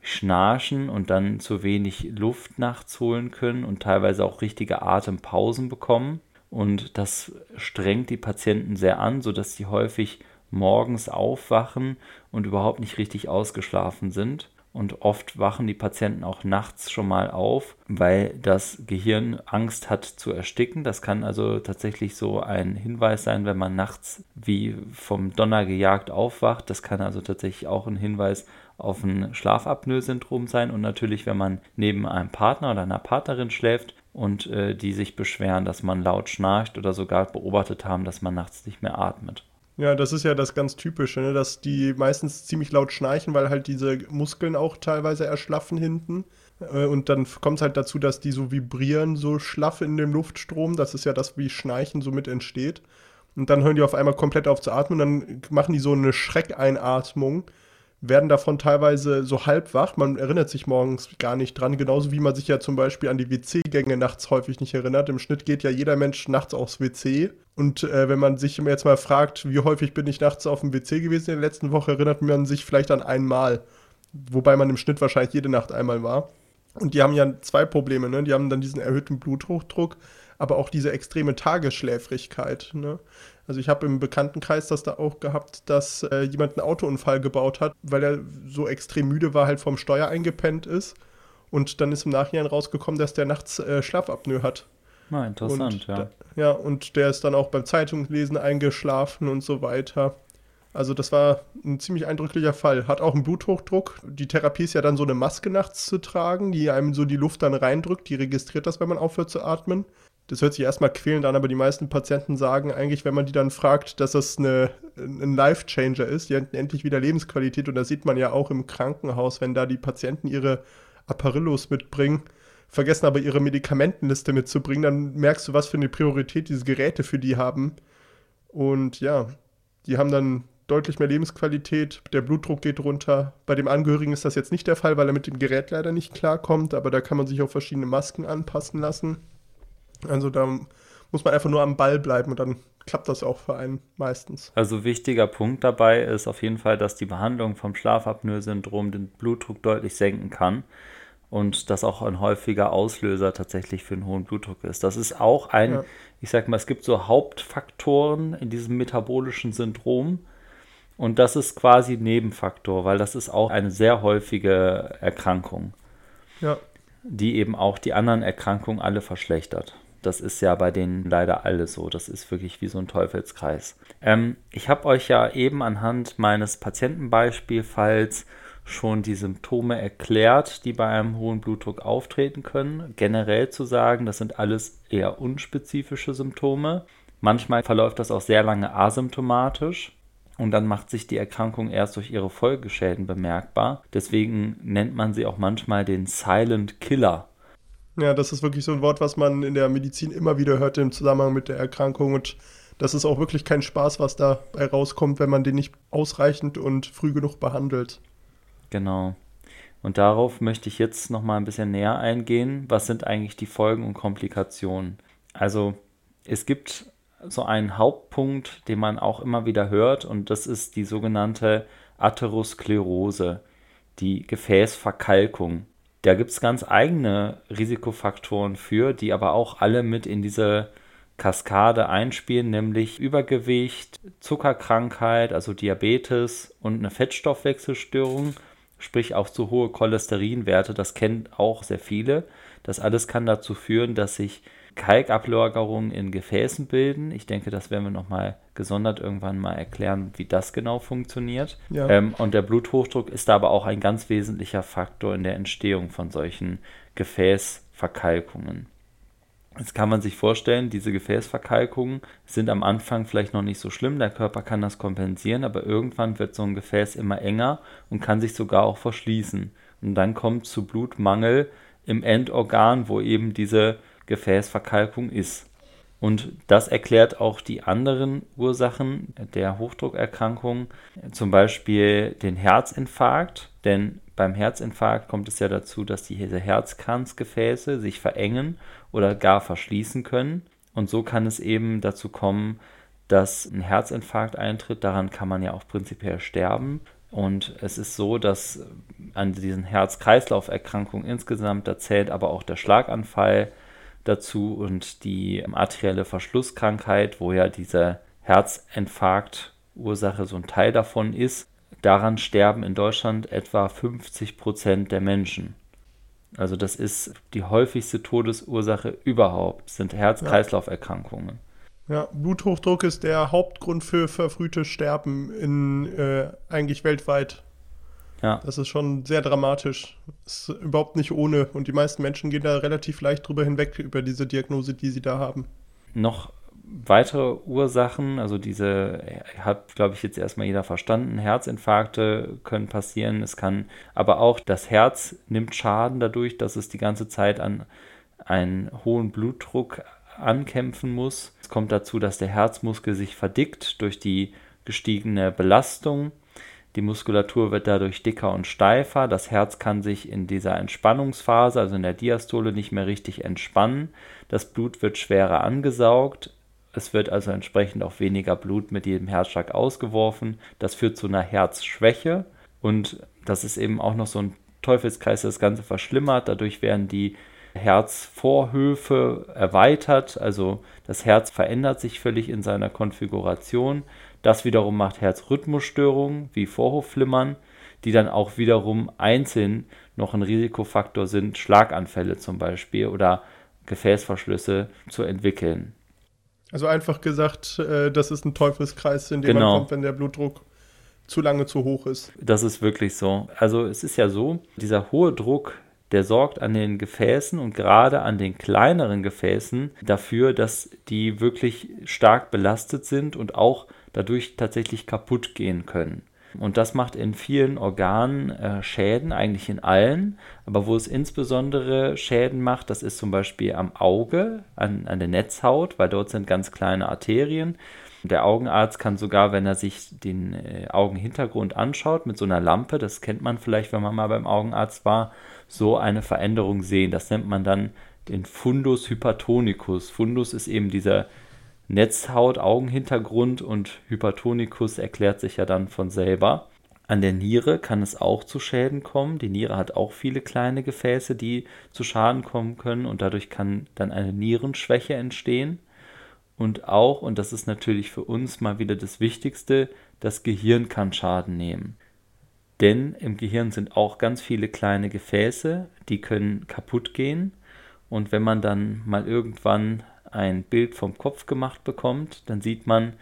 schnarchen und dann zu wenig Luft nachts holen können und teilweise auch richtige Atempausen bekommen. Und das strengt die Patienten sehr an, sodass sie häufig morgens aufwachen und überhaupt nicht richtig ausgeschlafen sind. Und oft wachen die Patienten auch nachts schon mal auf, weil das Gehirn Angst hat zu ersticken. Das kann also tatsächlich so ein Hinweis sein, wenn man nachts wie vom Donner gejagt aufwacht. Das kann also tatsächlich auch ein Hinweis auf ein Schlafapnoe-Syndrom sein. Und natürlich, wenn man neben einem Partner oder einer Partnerin schläft und äh, die sich beschweren, dass man laut schnarcht oder sogar beobachtet haben, dass man nachts nicht mehr atmet. Ja, das ist ja das ganz Typische, ne? Dass die meistens ziemlich laut schnarchen, weil halt diese Muskeln auch teilweise erschlaffen hinten. Äh, Und dann kommt es halt dazu, dass die so vibrieren, so schlaff in dem Luftstrom. Das ist ja das, wie Schnarchen somit entsteht. Und dann hören die auf einmal komplett auf zu atmen. Dann machen die so eine Schreckeinatmung, werden davon teilweise so halb wach. Man erinnert sich morgens gar nicht dran, genauso wie man sich ja zum Beispiel an die W C-Gänge nachts häufig nicht erinnert. Im Schnitt geht ja jeder Mensch nachts aufs W C. Und äh, wenn man sich jetzt mal fragt, wie häufig bin ich nachts auf dem W C gewesen in der letzten Woche, erinnert man sich vielleicht an einmal. Wobei man im Schnitt wahrscheinlich jede Nacht einmal war. Und die haben ja zwei Probleme, ne? Die haben dann diesen erhöhten Bluthochdruck, aber auch diese extreme Tagesschläfrigkeit, ne? Also ich habe im Bekanntenkreis das da auch gehabt, dass äh, jemand einen Autounfall gebaut hat, weil er so extrem müde war, halt vom Steuer eingepennt ist. Und dann ist im Nachhinein rausgekommen, dass der nachts äh, Schlafapnoe hat. Na, interessant, und, ja. Da, ja, und der ist dann auch beim Zeitungslesen eingeschlafen und so weiter. Also das war ein ziemlich eindrücklicher Fall. Hat auch einen Bluthochdruck. Die Therapie ist ja dann so eine Maske nachts zu tragen, die einem so die Luft dann reindrückt. Die registriert das, wenn man aufhört zu atmen. Das hört sich erstmal quälend an, aber die meisten Patienten sagen eigentlich, wenn man die dann fragt, dass das eine, ein Life-Changer ist, die hätten endlich wieder Lebensqualität. Und das sieht man ja auch im Krankenhaus, wenn da die Patienten ihre Apparillos mitbringen, vergessen aber ihre Medikamentenliste mitzubringen, dann merkst du, was für eine Priorität diese Geräte für die haben. Und ja, die haben dann deutlich mehr Lebensqualität, der Blutdruck geht runter. Bei dem Angehörigen ist das jetzt nicht der Fall, weil er mit dem Gerät leider nicht klarkommt, aber da kann man sich auf verschiedene Masken anpassen lassen. Also da muss man einfach nur am Ball bleiben und dann klappt das auch für einen meistens. Also wichtiger Punkt dabei ist auf jeden Fall, dass die Behandlung vom Schlafapnoe-Syndrom den Blutdruck deutlich senken kann und das auch ein häufiger Auslöser tatsächlich für einen hohen Blutdruck ist. Das ist auch ein, ja. ich sag mal, es gibt so Hauptfaktoren in diesem metabolischen Syndrom und das ist quasi Nebenfaktor, weil das ist auch eine sehr häufige Erkrankung, ja. die eben auch die anderen Erkrankungen alle verschlechtert. Das ist ja bei denen leider alles so. Das ist wirklich wie so ein Teufelskreis. Ähm, ich habe euch ja eben anhand meines Patientenbeispielfalls schon die Symptome erklärt, die bei einem hohen Blutdruck auftreten können. Generell zu sagen, das sind alles eher unspezifische Symptome. Manchmal verläuft das auch sehr lange asymptomatisch und dann macht sich die Erkrankung erst durch ihre Folgeschäden bemerkbar. Deswegen nennt man sie auch manchmal den Silent Killer. Ja, das ist wirklich so ein Wort, was man in der Medizin immer wieder hört im Zusammenhang mit der Erkrankung und das ist auch wirklich kein Spaß, was dabei rauskommt, wenn man den nicht ausreichend und früh genug behandelt. Genau. Und darauf möchte ich jetzt noch mal ein bisschen näher eingehen. Was sind eigentlich die Folgen und Komplikationen? Also es gibt so einen Hauptpunkt, den man auch immer wieder hört und das ist die sogenannte Atherosklerose, die Gefäßverkalkung. Da gibt es ganz eigene Risikofaktoren für, die aber auch alle mit in diese Kaskade einspielen, nämlich Übergewicht, Zuckerkrankheit, also Diabetes und eine Fettstoffwechselstörung, sprich auch zu hohe Cholesterinwerte, das kennen auch sehr viele. Das alles kann dazu führen, dass sich Kalkablagerungen in Gefäßen bilden. Ich denke, das werden wir nochmal gesondert irgendwann mal erklären, wie das genau funktioniert. Ja. Ähm, und der Bluthochdruck ist da aber auch ein ganz wesentlicher Faktor in der Entstehung von solchen Gefäßverkalkungen. Jetzt kann man sich vorstellen, diese Gefäßverkalkungen sind am Anfang vielleicht noch nicht so schlimm, der Körper kann das kompensieren, aber irgendwann wird so ein Gefäß immer enger und kann sich sogar auch verschließen. Und dann kommt zu Blutmangel im Endorgan, wo eben diese Gefäßverkalkung ist. Und das erklärt auch die anderen Ursachen der Hochdruckerkrankung, zum Beispiel den Herzinfarkt, denn beim Herzinfarkt kommt es ja dazu, dass diese Herzkranzgefäße sich verengen oder gar verschließen können. Und so kann es eben dazu kommen, dass ein Herzinfarkt eintritt. Daran kann man ja auch prinzipiell sterben. Und es ist so, dass an diesen Herz-Kreislauf-Erkrankungen insgesamt, da zählt aber auch der Schlaganfall dazu und die arterielle Verschlusskrankheit, wo ja diese Herzinfarkt-Ursache so ein Teil davon ist. Daran sterben in Deutschland etwa fünfzig Prozent der Menschen. Also das ist die häufigste Todesursache überhaupt, sind Herz-Kreislauf-Erkrankungen. Ja, Bluthochdruck ist der Hauptgrund für verfrühtes Sterben in äh, eigentlich weltweit. Ja. Das ist schon sehr dramatisch. Ist überhaupt nicht ohne. Und die meisten Menschen gehen da relativ leicht drüber hinweg, über diese Diagnose, die sie da haben. Noch weitere Ursachen, also diese hat, glaube ich, jetzt erstmal jeder verstanden, Herzinfarkte können passieren. Es kann aber auch, das Herz nimmt Schaden dadurch, dass es die ganze Zeit an einen hohen Blutdruck ankämpfen muss. Es kommt dazu, dass der Herzmuskel sich verdickt durch die gestiegene Belastung. Die Muskulatur wird dadurch dicker und steifer. Das Herz kann sich in dieser Entspannungsphase, also in der Diastole, nicht mehr richtig entspannen. Das Blut wird schwerer angesaugt. Es wird also entsprechend auch weniger Blut mit jedem Herzschlag ausgeworfen. Das führt zu einer Herzschwäche. Und das ist eben auch noch so ein Teufelskreis, der das Ganze verschlimmert. Dadurch werden die Herzvorhöfe erweitert, also das Herz verändert sich völlig in seiner Konfiguration. Das wiederum macht Herzrhythmusstörungen wie Vorhofflimmern, die dann auch wiederum einzeln noch ein Risikofaktor sind, Schlaganfälle zum Beispiel oder Gefäßverschlüsse zu entwickeln. Also einfach gesagt, äh, das ist ein Teufelskreis, in dem Genau. man kommt, wenn der Blutdruck zu lange zu hoch ist. Das ist wirklich so. Also es ist ja so, dieser hohe Druck, der sorgt an den Gefäßen und gerade an den kleineren Gefäßen dafür, dass die wirklich stark belastet sind und auch dadurch tatsächlich kaputt gehen können. Und das macht in vielen Organen äh, Schäden, eigentlich in allen. Aber wo es insbesondere Schäden macht, das ist zum Beispiel am Auge, an, an der Netzhaut, weil dort sind ganz kleine Arterien. Der Augenarzt kann sogar, wenn er sich den äh, Augenhintergrund anschaut mit so einer Lampe, das kennt man vielleicht, wenn man mal beim Augenarzt war, so eine Veränderung sehen. Das nennt man dann den Fundus hypertonicus. Fundus ist eben dieser Netzhaut-Augenhintergrund und Hypertonicus erklärt sich ja dann von selber. An der Niere kann es auch zu Schäden kommen. Die Niere hat auch viele kleine Gefäße, die zu Schaden kommen können und dadurch kann dann eine Nierenschwäche entstehen. Und auch, und das ist natürlich für uns mal wieder das Wichtigste, das Gehirn kann Schaden nehmen. Denn im Gehirn sind auch ganz viele kleine Gefäße, die können kaputt gehen. Und wenn man dann mal irgendwann ein Bild vom Kopf gemacht bekommt, dann sieht man,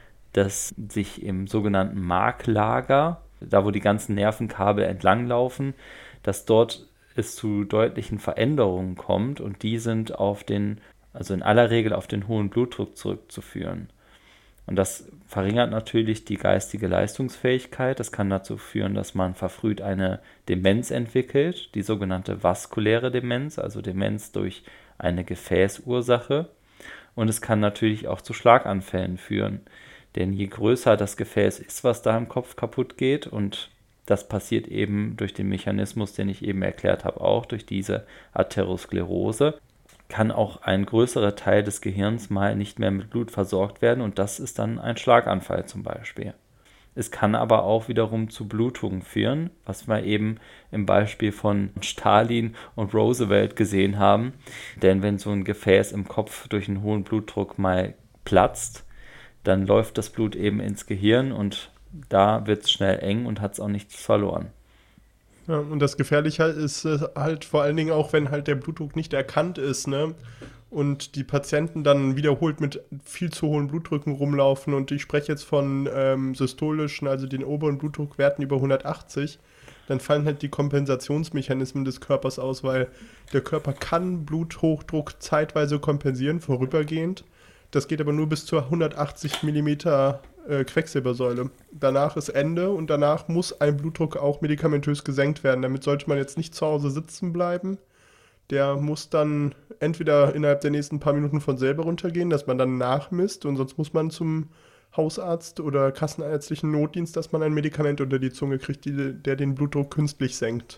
dass sich im sogenannten Marklager, da wo die ganzen Nervenkabel entlanglaufen, dass dort es zu deutlichen Veränderungen kommt und die sind auf den, also in aller Regel auf den hohen Blutdruck zurückzuführen. Und das verringert natürlich die geistige Leistungsfähigkeit. Das kann dazu führen, dass man verfrüht eine Demenz entwickelt, die sogenannte vaskuläre Demenz, also Demenz durch eine Gefäßursache. Und es kann natürlich auch zu Schlaganfällen führen. Denn je größer das Gefäß ist, was da im Kopf kaputt geht, und das passiert eben durch den Mechanismus, den ich eben erklärt habe, auch durch diese Atherosklerose, kann auch ein größerer Teil des Gehirns mal nicht mehr mit Blut versorgt werden und das ist dann ein Schlaganfall zum Beispiel. Es kann aber auch wiederum zu Blutungen führen, was wir eben im Beispiel von Stalin und Roosevelt gesehen haben. Denn wenn so ein Gefäß im Kopf durch einen hohen Blutdruck mal platzt, dann läuft das Blut eben ins Gehirn und da wird es schnell eng und hat es auch nichts verloren. Ja, und das Gefährliche ist halt vor allen Dingen auch, wenn halt der Blutdruck nicht erkannt ist, ne? Und die Patienten dann wiederholt mit viel zu hohen Blutdrücken rumlaufen. Und ich spreche jetzt von ähm, systolischen, also den oberen Blutdruckwerten über hundertachtzig. Dann fallen halt die Kompensationsmechanismen des Körpers aus, weil der Körper kann Bluthochdruck zeitweise kompensieren, vorübergehend. Das geht aber nur bis zur hundertachtzig Millimeter äh, Quecksilbersäule. Danach ist Ende und danach muss ein Blutdruck auch medikamentös gesenkt werden. Damit sollte man jetzt nicht zu Hause sitzen bleiben. Der muss dann entweder innerhalb der nächsten paar Minuten von selber runtergehen, dass man dann nachmisst und sonst muss man zum Hausarzt oder kassenärztlichen Notdienst, dass man ein Medikament unter die Zunge kriegt, die, der den Blutdruck künstlich senkt.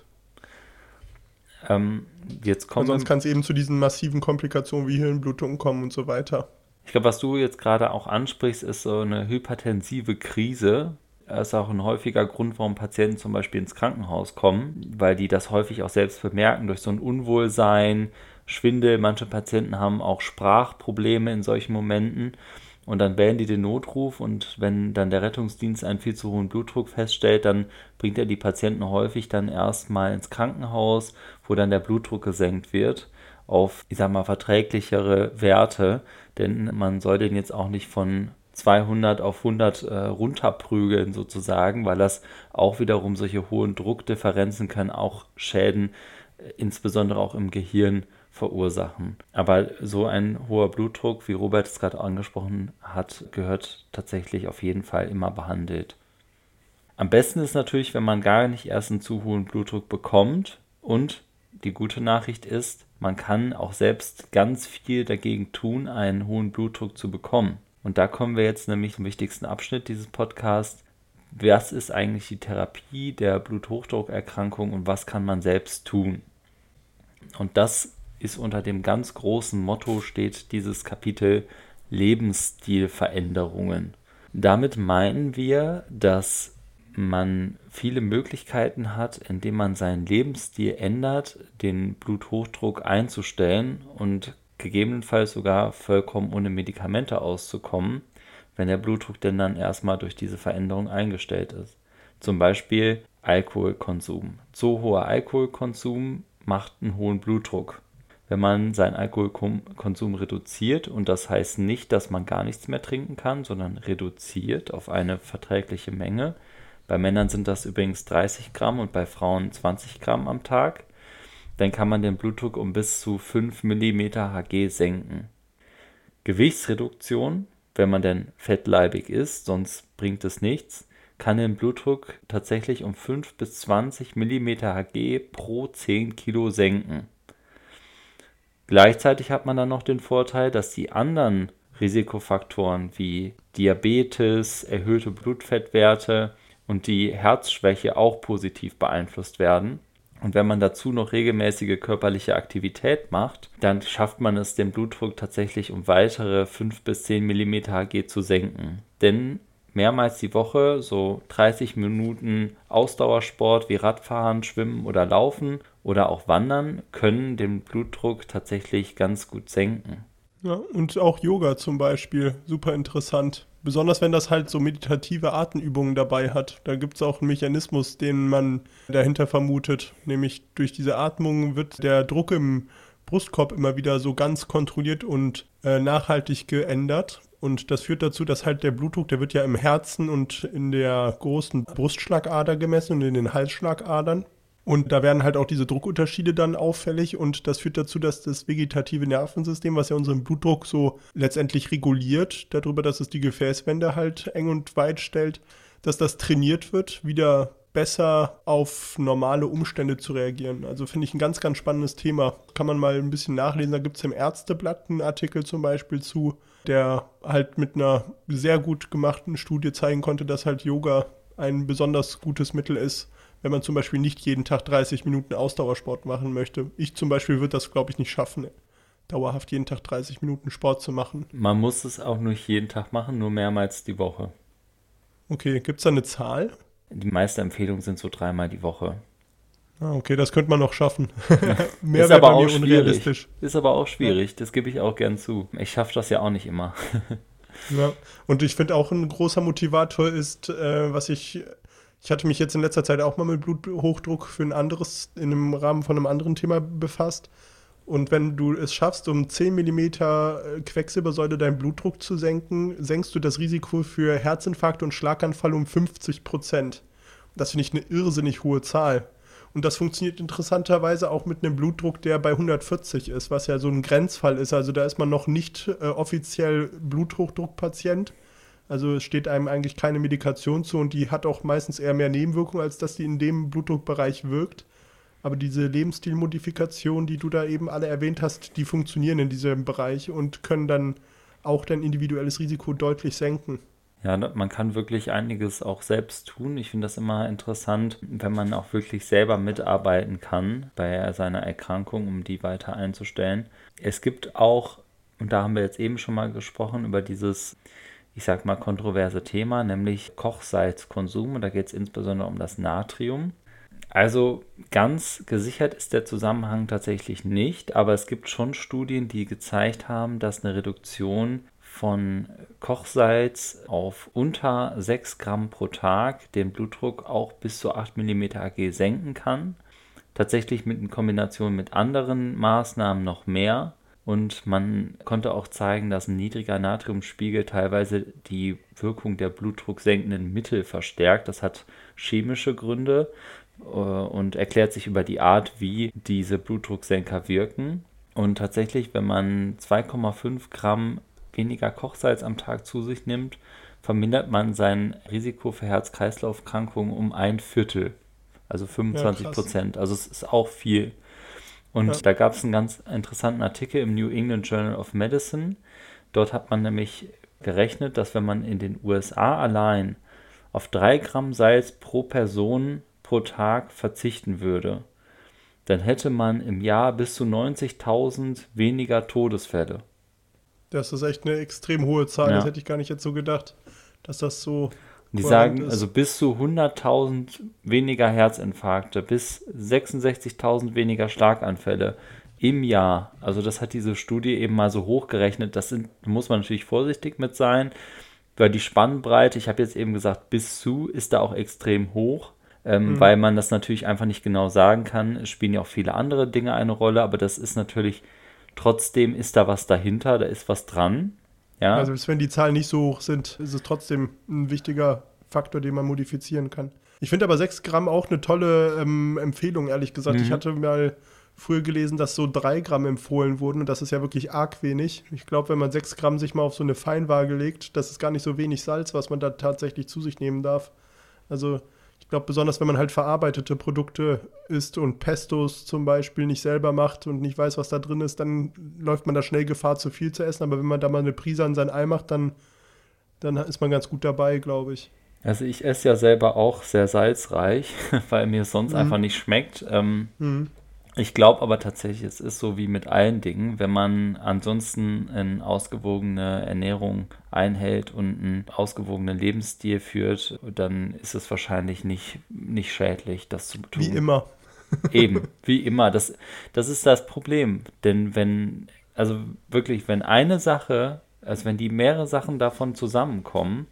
Ähm, jetzt kommen, und sonst kann es eben zu diesen massiven Komplikationen wie Hirnblutungen kommen und so weiter. Ich glaube, was du jetzt gerade auch ansprichst, ist so eine hypertensive Krise. Das ist auch ein häufiger Grund, warum Patienten zum Beispiel ins Krankenhaus kommen, weil die das häufig auch selbst bemerken durch so ein Unwohlsein, Schwindel. Manche Patienten haben auch Sprachprobleme in solchen Momenten und dann wählen die den Notruf und wenn dann der Rettungsdienst einen viel zu hohen Blutdruck feststellt, dann bringt er die Patienten häufig dann erstmal ins Krankenhaus, wo dann der Blutdruck gesenkt wird auf, ich sag mal, verträglichere Werte, denn man soll den jetzt auch nicht von zweihundert auf hundert äh, runterprügeln sozusagen, weil das auch wiederum solche hohen Druckdifferenzen können auch Schäden, äh, insbesondere auch im Gehirn, verursachen. Aber so ein hoher Blutdruck, wie Robert es gerade angesprochen hat, gehört tatsächlich auf jeden Fall immer behandelt. Am besten ist natürlich, wenn man gar nicht erst einen zu hohen Blutdruck bekommt und die gute Nachricht ist, man kann auch selbst ganz viel dagegen tun, einen hohen Blutdruck zu bekommen. Und da kommen wir jetzt nämlich zum wichtigsten Abschnitt dieses Podcasts. Was ist eigentlich die Therapie der Bluthochdruckerkrankung und was kann man selbst tun? Und das ist unter dem ganz großen Motto steht dieses Kapitel Lebensstilveränderungen. Damit meinen wir, dass man viele Möglichkeiten hat, indem man seinen Lebensstil ändert, den Bluthochdruck einzustellen und gegebenenfalls sogar vollkommen ohne Medikamente auszukommen, wenn der Blutdruck denn dann erstmal durch diese Veränderung eingestellt ist. Zum Beispiel Alkoholkonsum. Zu hoher Alkoholkonsum macht einen hohen Blutdruck. Wenn man seinen Alkoholkonsum reduziert, und das heißt nicht, dass man gar nichts mehr trinken kann, sondern reduziert auf eine verträgliche Menge. Bei Männern sind das übrigens dreißig Gramm und bei Frauen zwanzig Gramm am Tag. Dann kann man den Blutdruck um bis zu fünf Millimeter Hg senken. Gewichtsreduktion, wenn man denn fettleibig ist, sonst bringt es nichts, kann den Blutdruck tatsächlich um fünf bis zwanzig Millimeter Hg pro zehn Kilo senken. Gleichzeitig hat man dann noch den Vorteil, dass die anderen Risikofaktoren wie Diabetes, erhöhte Blutfettwerte und die Herzschwäche auch positiv beeinflusst werden. Und wenn man dazu noch regelmäßige körperliche Aktivität macht, dann schafft man es, den Blutdruck tatsächlich um weitere fünf bis zehn Millimeter Hg zu senken. Denn mehrmals die Woche so dreißig Minuten Ausdauersport wie Radfahren, Schwimmen oder Laufen oder auch Wandern können den Blutdruck tatsächlich ganz gut senken. Ja, und auch Yoga zum Beispiel, super interessant. Besonders wenn das halt so meditative Atemübungen dabei hat. Da gibt es auch einen Mechanismus, den man dahinter vermutet. Nämlich durch diese Atmung wird der Druck im Brustkorb immer wieder so ganz kontrolliert und äh, nachhaltig geändert. Und das führt dazu, dass halt der Blutdruck, der wird ja im Herzen und in der großen Brustschlagader gemessen und in den Halsschlagadern. Und da werden halt auch diese Druckunterschiede dann auffällig und das führt dazu, dass das vegetative Nervensystem, was ja unseren Blutdruck so letztendlich reguliert, darüber, dass es die Gefäßwände halt eng und weit stellt, dass das trainiert wird, wieder besser auf normale Umstände zu reagieren. Also finde ich ein ganz, ganz spannendes Thema. Kann man mal ein bisschen nachlesen. Da gibt es im Ärzteblatt einen Artikel zum Beispiel zu, der halt mit einer sehr gut gemachten Studie zeigen konnte, dass halt Yoga ein besonders gutes Mittel ist, wenn man zum Beispiel nicht jeden Tag dreißig Minuten Ausdauersport machen möchte. Ich zum Beispiel würde das, glaube ich, nicht schaffen, dauerhaft jeden Tag dreißig Minuten Sport zu machen. Man muss es auch nicht jeden Tag machen, nur mehrmals die Woche. Okay, gibt es da eine Zahl? Die meisten Empfehlungen sind so dreimal die Woche. Ah, okay, das könnte man noch schaffen. Mehr ist wäre aber bei auch mir unrealistisch. Schwierig. Ist aber auch schwierig, das gebe ich auch gern zu. Ich schaffe das ja auch nicht immer. Ja, und ich finde auch ein großer Motivator ist, äh, was ich... Ich hatte mich jetzt in letzter Zeit auch mal mit Bluthochdruck für ein anderes, in einem Rahmen von einem anderen Thema befasst. Und wenn du es schaffst, um zehn Millimeter Quecksilbersäure deinen Blutdruck zu senken, senkst du das Risiko für Herzinfarkt und Schlaganfall um fünfzig Prozent. Das finde ich eine irrsinnig hohe Zahl. Und das funktioniert interessanterweise auch mit einem Blutdruck, der bei hundertvierzig ist, was ja so ein Grenzfall ist. Also da ist man noch nicht äh, offiziell Bluthochdruckpatient. Also es steht einem eigentlich keine Medikation zu und die hat auch meistens eher mehr Nebenwirkungen, als dass die in dem Blutdruckbereich wirkt. Aber diese Lebensstilmodifikationen, die du da eben alle erwähnt hast, die funktionieren in diesem Bereich und können dann auch dein individuelles Risiko deutlich senken. Ja, man kann wirklich einiges auch selbst tun. Ich finde das immer interessant, wenn man auch wirklich selber mitarbeiten kann bei seiner Erkrankung, um die weiter einzustellen. Es gibt auch, und da haben wir jetzt eben schon mal gesprochen, über dieses ich sag mal, kontroverse Thema, nämlich Kochsalzkonsum. Und da geht es insbesondere um das Natrium. Also ganz gesichert ist der Zusammenhang tatsächlich nicht, aber es gibt schon Studien, die gezeigt haben, dass eine Reduktion von Kochsalz auf unter sechs Gramm pro Tag den Blutdruck auch bis zu acht Millimeter Merkur senken kann. Tatsächlich mit in Kombination mit anderen Maßnahmen noch mehr. Und man konnte auch zeigen, dass ein niedriger Natriumspiegel teilweise die Wirkung der blutdrucksenkenden Mittel verstärkt. Das hat chemische Gründe und erklärt sich über die Art, wie diese Blutdrucksenker wirken. Und tatsächlich, wenn man zwei Komma fünf Gramm weniger Kochsalz am Tag zu sich nimmt, vermindert man sein Risiko für Herz-Kreislauf-Erkrankungen um ein Viertel, also fünfundzwanzig Prozent. Ja, also es ist auch viel. Und ja. Da gab es einen ganz interessanten Artikel im New England Journal of Medicine. Dort hat man nämlich gerechnet, dass wenn man in den U S A allein auf drei Gramm Salz pro Person pro Tag verzichten würde, dann hätte man im Jahr bis zu neunzigtausend weniger Todesfälle. Das ist echt eine extrem hohe Zahl, ja. Das hätte ich gar nicht jetzt so gedacht, dass das so Die sagen, ist. Also bis zu hunderttausend weniger Herzinfarkte, bis sechsundsechzigtausend weniger Schlaganfälle im Jahr. Also das hat diese Studie eben mal so hochgerechnet. Das sind, da muss man natürlich vorsichtig mit sein, weil die Spannbreite, ich habe jetzt eben gesagt, bis zu ist da auch extrem hoch, ähm, mhm. weil man das natürlich einfach nicht genau sagen kann. Es spielen ja auch viele andere Dinge eine Rolle, aber das ist natürlich, trotzdem ist da was dahinter, da ist was dran. Ja. Also wenn die Zahlen nicht so hoch sind, ist es trotzdem ein wichtiger Faktor, den man modifizieren kann. Ich finde aber sechs Gramm auch eine tolle ähm, Empfehlung, ehrlich gesagt. Mhm. Ich hatte mal früher gelesen, dass so drei Gramm empfohlen wurden und das ist ja wirklich arg wenig. Ich glaube, wenn man sechs Gramm sich mal auf so eine Feinwaage legt, das ist gar nicht so wenig Salz, was man da tatsächlich zu sich nehmen darf. Also ich glaube, besonders wenn man halt verarbeitete Produkte isst und Pestos zum Beispiel nicht selber macht und nicht weiß, was da drin ist, dann läuft man da schnell Gefahr, zu viel zu essen. Aber wenn man da mal eine Prise an sein Ei macht, dann, dann ist man ganz gut dabei, glaube ich. Also ich esse ja selber auch sehr salzreich, weil mir es sonst mhm. einfach nicht schmeckt. Ähm, mhm. Ich glaube aber tatsächlich, es ist so wie mit allen Dingen, wenn man ansonsten eine ausgewogene Ernährung einhält und einen ausgewogenen Lebensstil führt, dann ist es wahrscheinlich nicht, nicht schädlich, das zu tun. Wie immer. Eben, wie immer. Das, das ist das Problem. Denn wenn, also wirklich, wenn eine Sache, also wenn die mehrere Sachen davon zusammenkommen,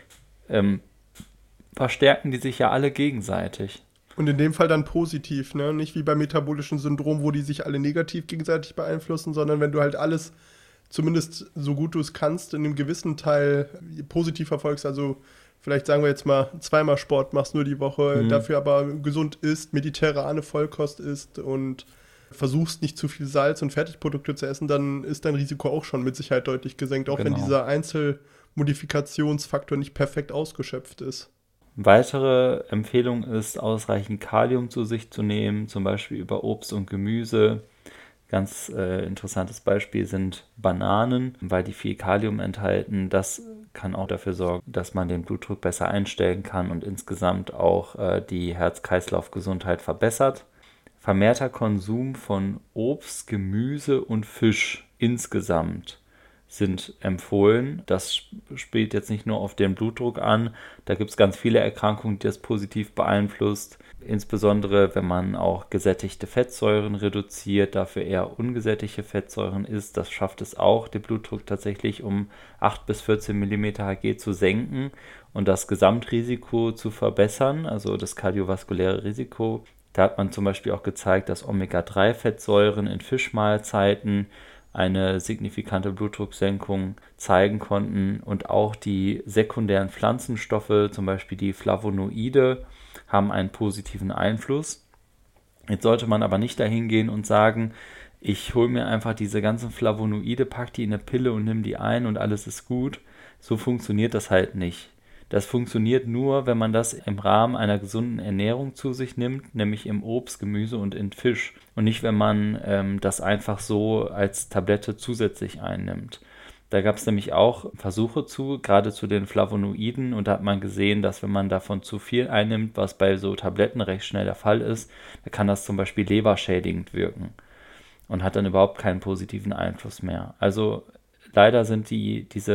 ähm, verstärken die sich ja alle gegenseitig. Und in dem Fall dann positiv, ne? Nicht wie beim metabolischen Syndrom, wo die sich alle negativ gegenseitig beeinflussen, sondern wenn du halt alles, zumindest so gut du es kannst, in einem gewissen Teil positiv verfolgst, also vielleicht sagen wir jetzt mal zweimal Sport machst nur die Woche, mhm. dafür aber gesund isst, mediterrane Vollkost isst und versuchst nicht zu viel Salz und Fertigprodukte zu essen, dann ist dein Risiko auch schon mit Sicherheit deutlich gesenkt, auch genau. wenn dieser Einzelmodifikationsfaktor nicht perfekt ausgeschöpft ist. Weitere Empfehlung ist, ausreichend Kalium zu sich zu nehmen, zum Beispiel über Obst und Gemüse. Ganz äh, interessantes Beispiel sind Bananen, weil die viel Kalium enthalten. Das kann auch dafür sorgen, dass man den Blutdruck besser einstellen kann und insgesamt auch äh, die Herz-Kreislauf-Gesundheit verbessert. Vermehrter Konsum von Obst, Gemüse und Fisch insgesamt sind empfohlen. Das spielt jetzt nicht nur auf den Blutdruck an, da gibt es ganz viele Erkrankungen, die das positiv beeinflusst, insbesondere wenn man auch gesättigte Fettsäuren reduziert, dafür eher ungesättigte Fettsäuren isst, das schafft es auch, den Blutdruck tatsächlich um acht bis vierzehn Millimeter Merkur zu senken und das Gesamtrisiko zu verbessern, also das kardiovaskuläre Risiko. Da hat man zum Beispiel auch gezeigt, dass Omega drei Fettsäuren in Fischmahlzeiten eine signifikante Blutdrucksenkung zeigen konnten und auch die sekundären Pflanzenstoffe, zum Beispiel die Flavonoide, haben einen positiven Einfluss. Jetzt sollte man aber nicht dahin gehen und sagen, ich hole mir einfach diese ganzen Flavonoide, pack die in eine Pille und nimm die ein und alles ist gut. So funktioniert das halt nicht. Das funktioniert nur, wenn man das im Rahmen einer gesunden Ernährung zu sich nimmt, nämlich im Obst, Gemüse und in Fisch. Und nicht, wenn man ähm, das einfach so als Tablette zusätzlich einnimmt. Da gab es nämlich auch Versuche zu, gerade zu den Flavonoiden. Und da hat man gesehen, dass wenn man davon zu viel einnimmt, was bei so Tabletten recht schnell der Fall ist, dann kann das zum Beispiel leberschädigend wirken und hat dann überhaupt keinen positiven Einfluss mehr. Also leider sind die, diese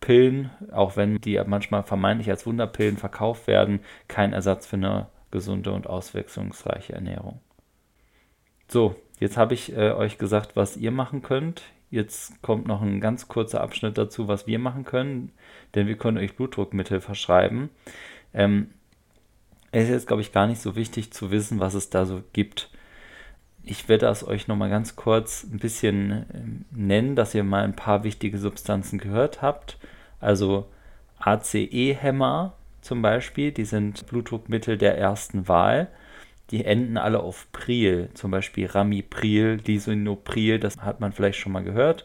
Pillen, auch wenn die manchmal vermeintlich als Wunderpillen verkauft werden, kein Ersatz für eine gesunde und auswechslungsreiche Ernährung. So, jetzt habe ich äh, euch gesagt, was ihr machen könnt. Jetzt kommt noch ein ganz kurzer Abschnitt dazu, was wir machen können, denn wir können euch Blutdruckmittel verschreiben. Ähm, es ist jetzt, glaube ich, gar nicht so wichtig zu wissen, was es da so gibt. Ich werde das euch nochmal ganz kurz ein bisschen äh, nennen, dass ihr mal ein paar wichtige Substanzen gehört habt. Also A C E-Hämmer zum Beispiel, die sind Blutdruckmittel der ersten Wahl. Die enden alle auf Pril, zum Beispiel Ramipril, Lisinopril, das hat man vielleicht schon mal gehört.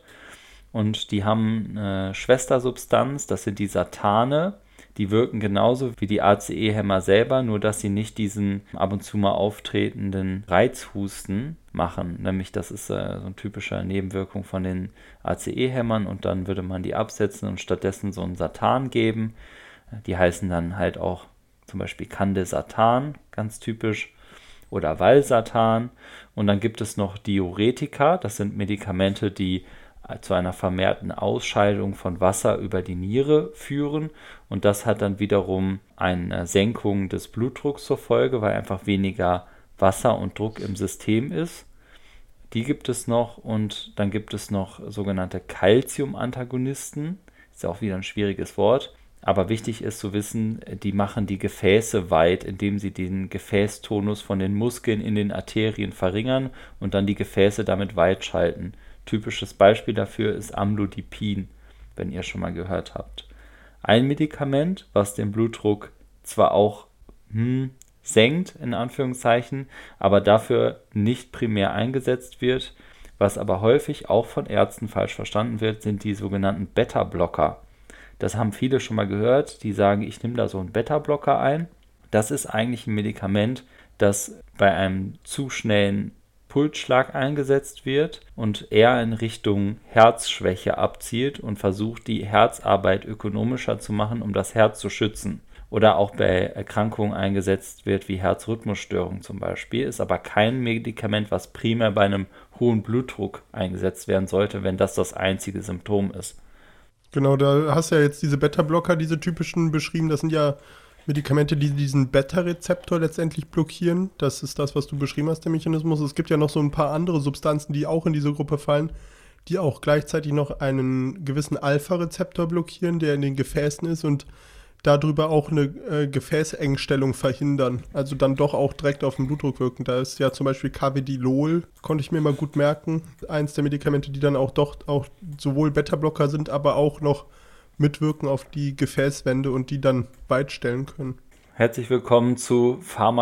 Und die haben eine Schwestersubstanz, das sind die Satane. Die wirken genauso wie die A C E-Hämmer selber, nur dass sie nicht diesen ab und zu mal auftretenden Reizhusten machen. Nämlich das ist äh, so eine typische Nebenwirkung von den A C E-Hämmern und dann würde man die absetzen und stattdessen so einen Satan geben. Die heißen dann halt auch zum Beispiel Candesatan, ganz typisch, oder Valsartan. Und dann gibt es noch Diuretika, das sind Medikamente, die zu einer vermehrten Ausscheidung von Wasser über die Niere führen. Und das hat dann wiederum eine Senkung des Blutdrucks zur Folge, weil einfach weniger Wasser und Druck im System ist. Die gibt es noch und dann gibt es noch sogenannte Calcium-Antagonisten. Ist ja auch wieder ein schwieriges Wort. Aber wichtig ist zu wissen, die machen die Gefäße weit, indem sie den Gefäßtonus von den Muskeln in den Arterien verringern und dann die Gefäße damit weit schalten. Typisches Beispiel dafür ist Amlodipin, wenn ihr schon mal gehört habt. Ein Medikament, was den Blutdruck zwar auch hm, senkt, in Anführungszeichen, aber dafür nicht primär eingesetzt wird, was aber häufig auch von Ärzten falsch verstanden wird, sind die sogenannten Beta-Blocker. Das haben viele schon mal gehört, die sagen, ich nehme da so einen Beta-Blocker ein. Das ist eigentlich ein Medikament, das bei einem zu schnellen Pulsschlag eingesetzt wird und eher in Richtung Herzschwäche abzielt und versucht, die Herzarbeit ökonomischer zu machen, um das Herz zu schützen. Oder auch bei Erkrankungen eingesetzt wird, wie Herzrhythmusstörungen zum Beispiel, ist aber kein Medikament, was primär bei einem hohen Blutdruck eingesetzt werden sollte, wenn das das einzige Symptom ist. Genau, da hast du ja jetzt diese Beta-Blocker, diese typischen beschrieben. Das sind ja Medikamente, die diesen Beta-Rezeptor letztendlich blockieren. Das ist das, was du beschrieben hast, der Mechanismus. Es gibt ja noch so ein paar andere Substanzen, die auch in diese Gruppe fallen, die auch gleichzeitig noch einen gewissen Alpha-Rezeptor blockieren, der in den Gefäßen ist und darüber auch eine äh, Gefäßengstellung verhindern. Also dann doch auch direkt auf den Blutdruck wirken. Da ist ja zum Beispiel Carvedilol, konnte ich mir mal gut merken, eins der Medikamente, die dann auch doch auch sowohl Beta-Blocker sind, aber auch noch mitwirken auf die Gefäßwände und die dann weitstellen können. Herzlich willkommen zu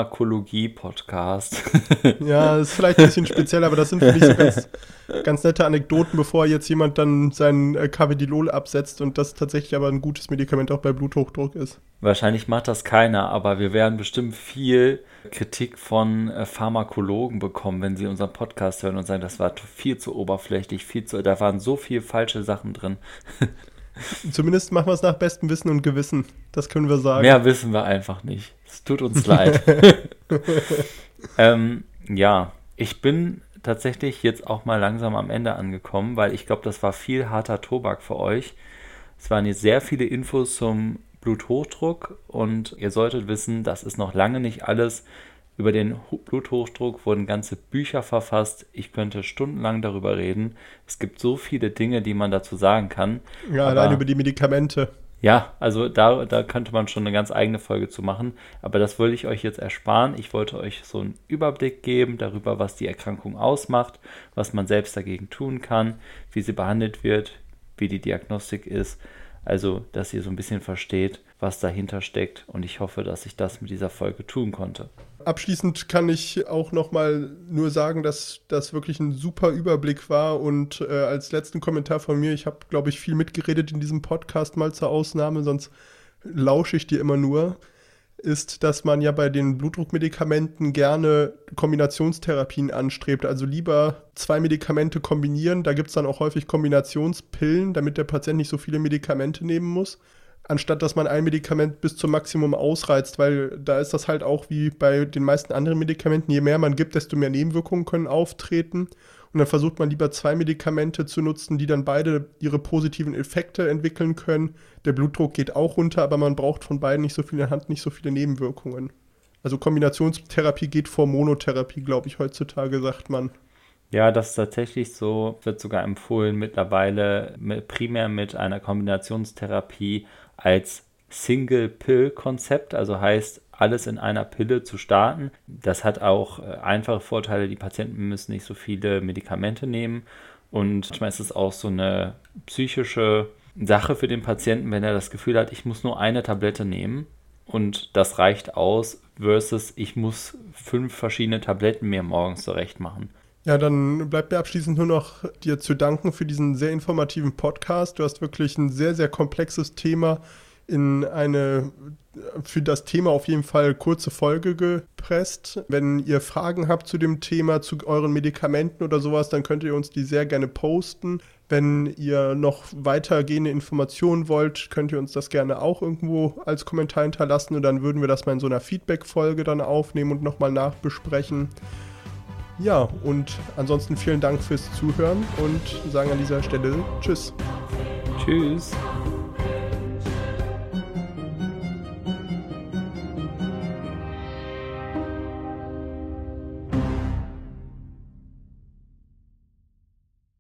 Pharmakologie-Podcast. Ja, das ist vielleicht ein bisschen speziell, aber das sind für mich so ganz, ganz nette Anekdoten, bevor jetzt jemand dann sein Carvedilol absetzt und das tatsächlich aber ein gutes Medikament auch bei Bluthochdruck ist. Wahrscheinlich macht das keiner, aber wir werden bestimmt viel Kritik von äh, Pharmakologen bekommen, wenn sie unseren Podcast hören und sagen, das war viel zu oberflächlich, viel zu, da waren so viele falsche Sachen drin. Zumindest machen wir es nach bestem Wissen und Gewissen. Das können wir sagen. Mehr wissen wir einfach nicht. Es tut uns leid. ähm, ja, ich bin tatsächlich jetzt auch mal langsam am Ende angekommen, weil ich glaube, das war viel harter Tobak für euch. Es waren jetzt sehr viele Infos zum Bluthochdruck und ihr solltet wissen, das ist noch lange nicht alles. Über den Bluthochdruck wurden ganze Bücher verfasst. Ich könnte stundenlang darüber reden. Es gibt so viele Dinge, die man dazu sagen kann. Ja, allein über die Medikamente. Ja, also da, da könnte man schon eine ganz eigene Folge zu machen. Aber das wollte ich euch jetzt ersparen. Ich wollte euch so einen Überblick geben darüber, was die Erkrankung ausmacht, was man selbst dagegen tun kann, wie sie behandelt wird, wie die Diagnostik ist. Also, dass ihr so ein bisschen versteht, was dahinter steckt. Und ich hoffe, dass ich das mit dieser Folge tun konnte. Abschließend kann ich auch nochmal nur sagen, dass das wirklich ein super Überblick war und äh, als letzten Kommentar von mir, ich habe, glaube ich, viel mitgeredet in diesem Podcast mal zur Ausnahme, sonst lausche ich dir immer nur, ist, dass man ja bei den Blutdruckmedikamenten gerne Kombinationstherapien anstrebt, also lieber zwei Medikamente kombinieren, da gibt es dann auch häufig Kombinationspillen, damit der Patient nicht so viele Medikamente nehmen muss, anstatt dass man ein Medikament bis zum Maximum ausreizt, weil da ist das halt auch wie bei den meisten anderen Medikamenten, je mehr man gibt, desto mehr Nebenwirkungen können auftreten Und dann versucht man lieber zwei Medikamente zu nutzen, die dann beide ihre positiven Effekte entwickeln können. Der Blutdruck geht auch runter, aber man braucht von beiden nicht so viel in der Hand, nicht so viele Nebenwirkungen. Also Kombinationstherapie geht vor Monotherapie, glaube ich, heutzutage, sagt man. Ja, das ist tatsächlich so, wird sogar empfohlen mittlerweile mit, primär mit einer Kombinationstherapie als Single-Pill-Konzept, also heißt, alles in einer Pille zu starten. Das hat auch einfache Vorteile, die Patienten müssen nicht so viele Medikamente nehmen und manchmal ist es auch so eine psychische Sache für den Patienten, wenn er das Gefühl hat, ich muss nur eine Tablette nehmen und das reicht aus versus ich muss fünf verschiedene Tabletten mir morgens zurecht machen. Ja, dann bleibt mir abschließend nur noch dir zu danken für diesen sehr informativen Podcast. Du hast wirklich ein sehr, sehr komplexes Thema in eine für das Thema auf jeden Fall kurze Folge gepresst. Wenn ihr Fragen habt zu dem Thema, zu euren Medikamenten oder sowas, dann könnt ihr uns die sehr gerne posten. Wenn ihr noch weitergehende Informationen wollt, könnt ihr uns das gerne auch irgendwo als Kommentar hinterlassen und dann würden wir das mal in so einer Feedback-Folge dann aufnehmen und nochmal nachbesprechen. Ja, und ansonsten vielen Dank fürs Zuhören und sagen an dieser Stelle Tschüss. Tschüss.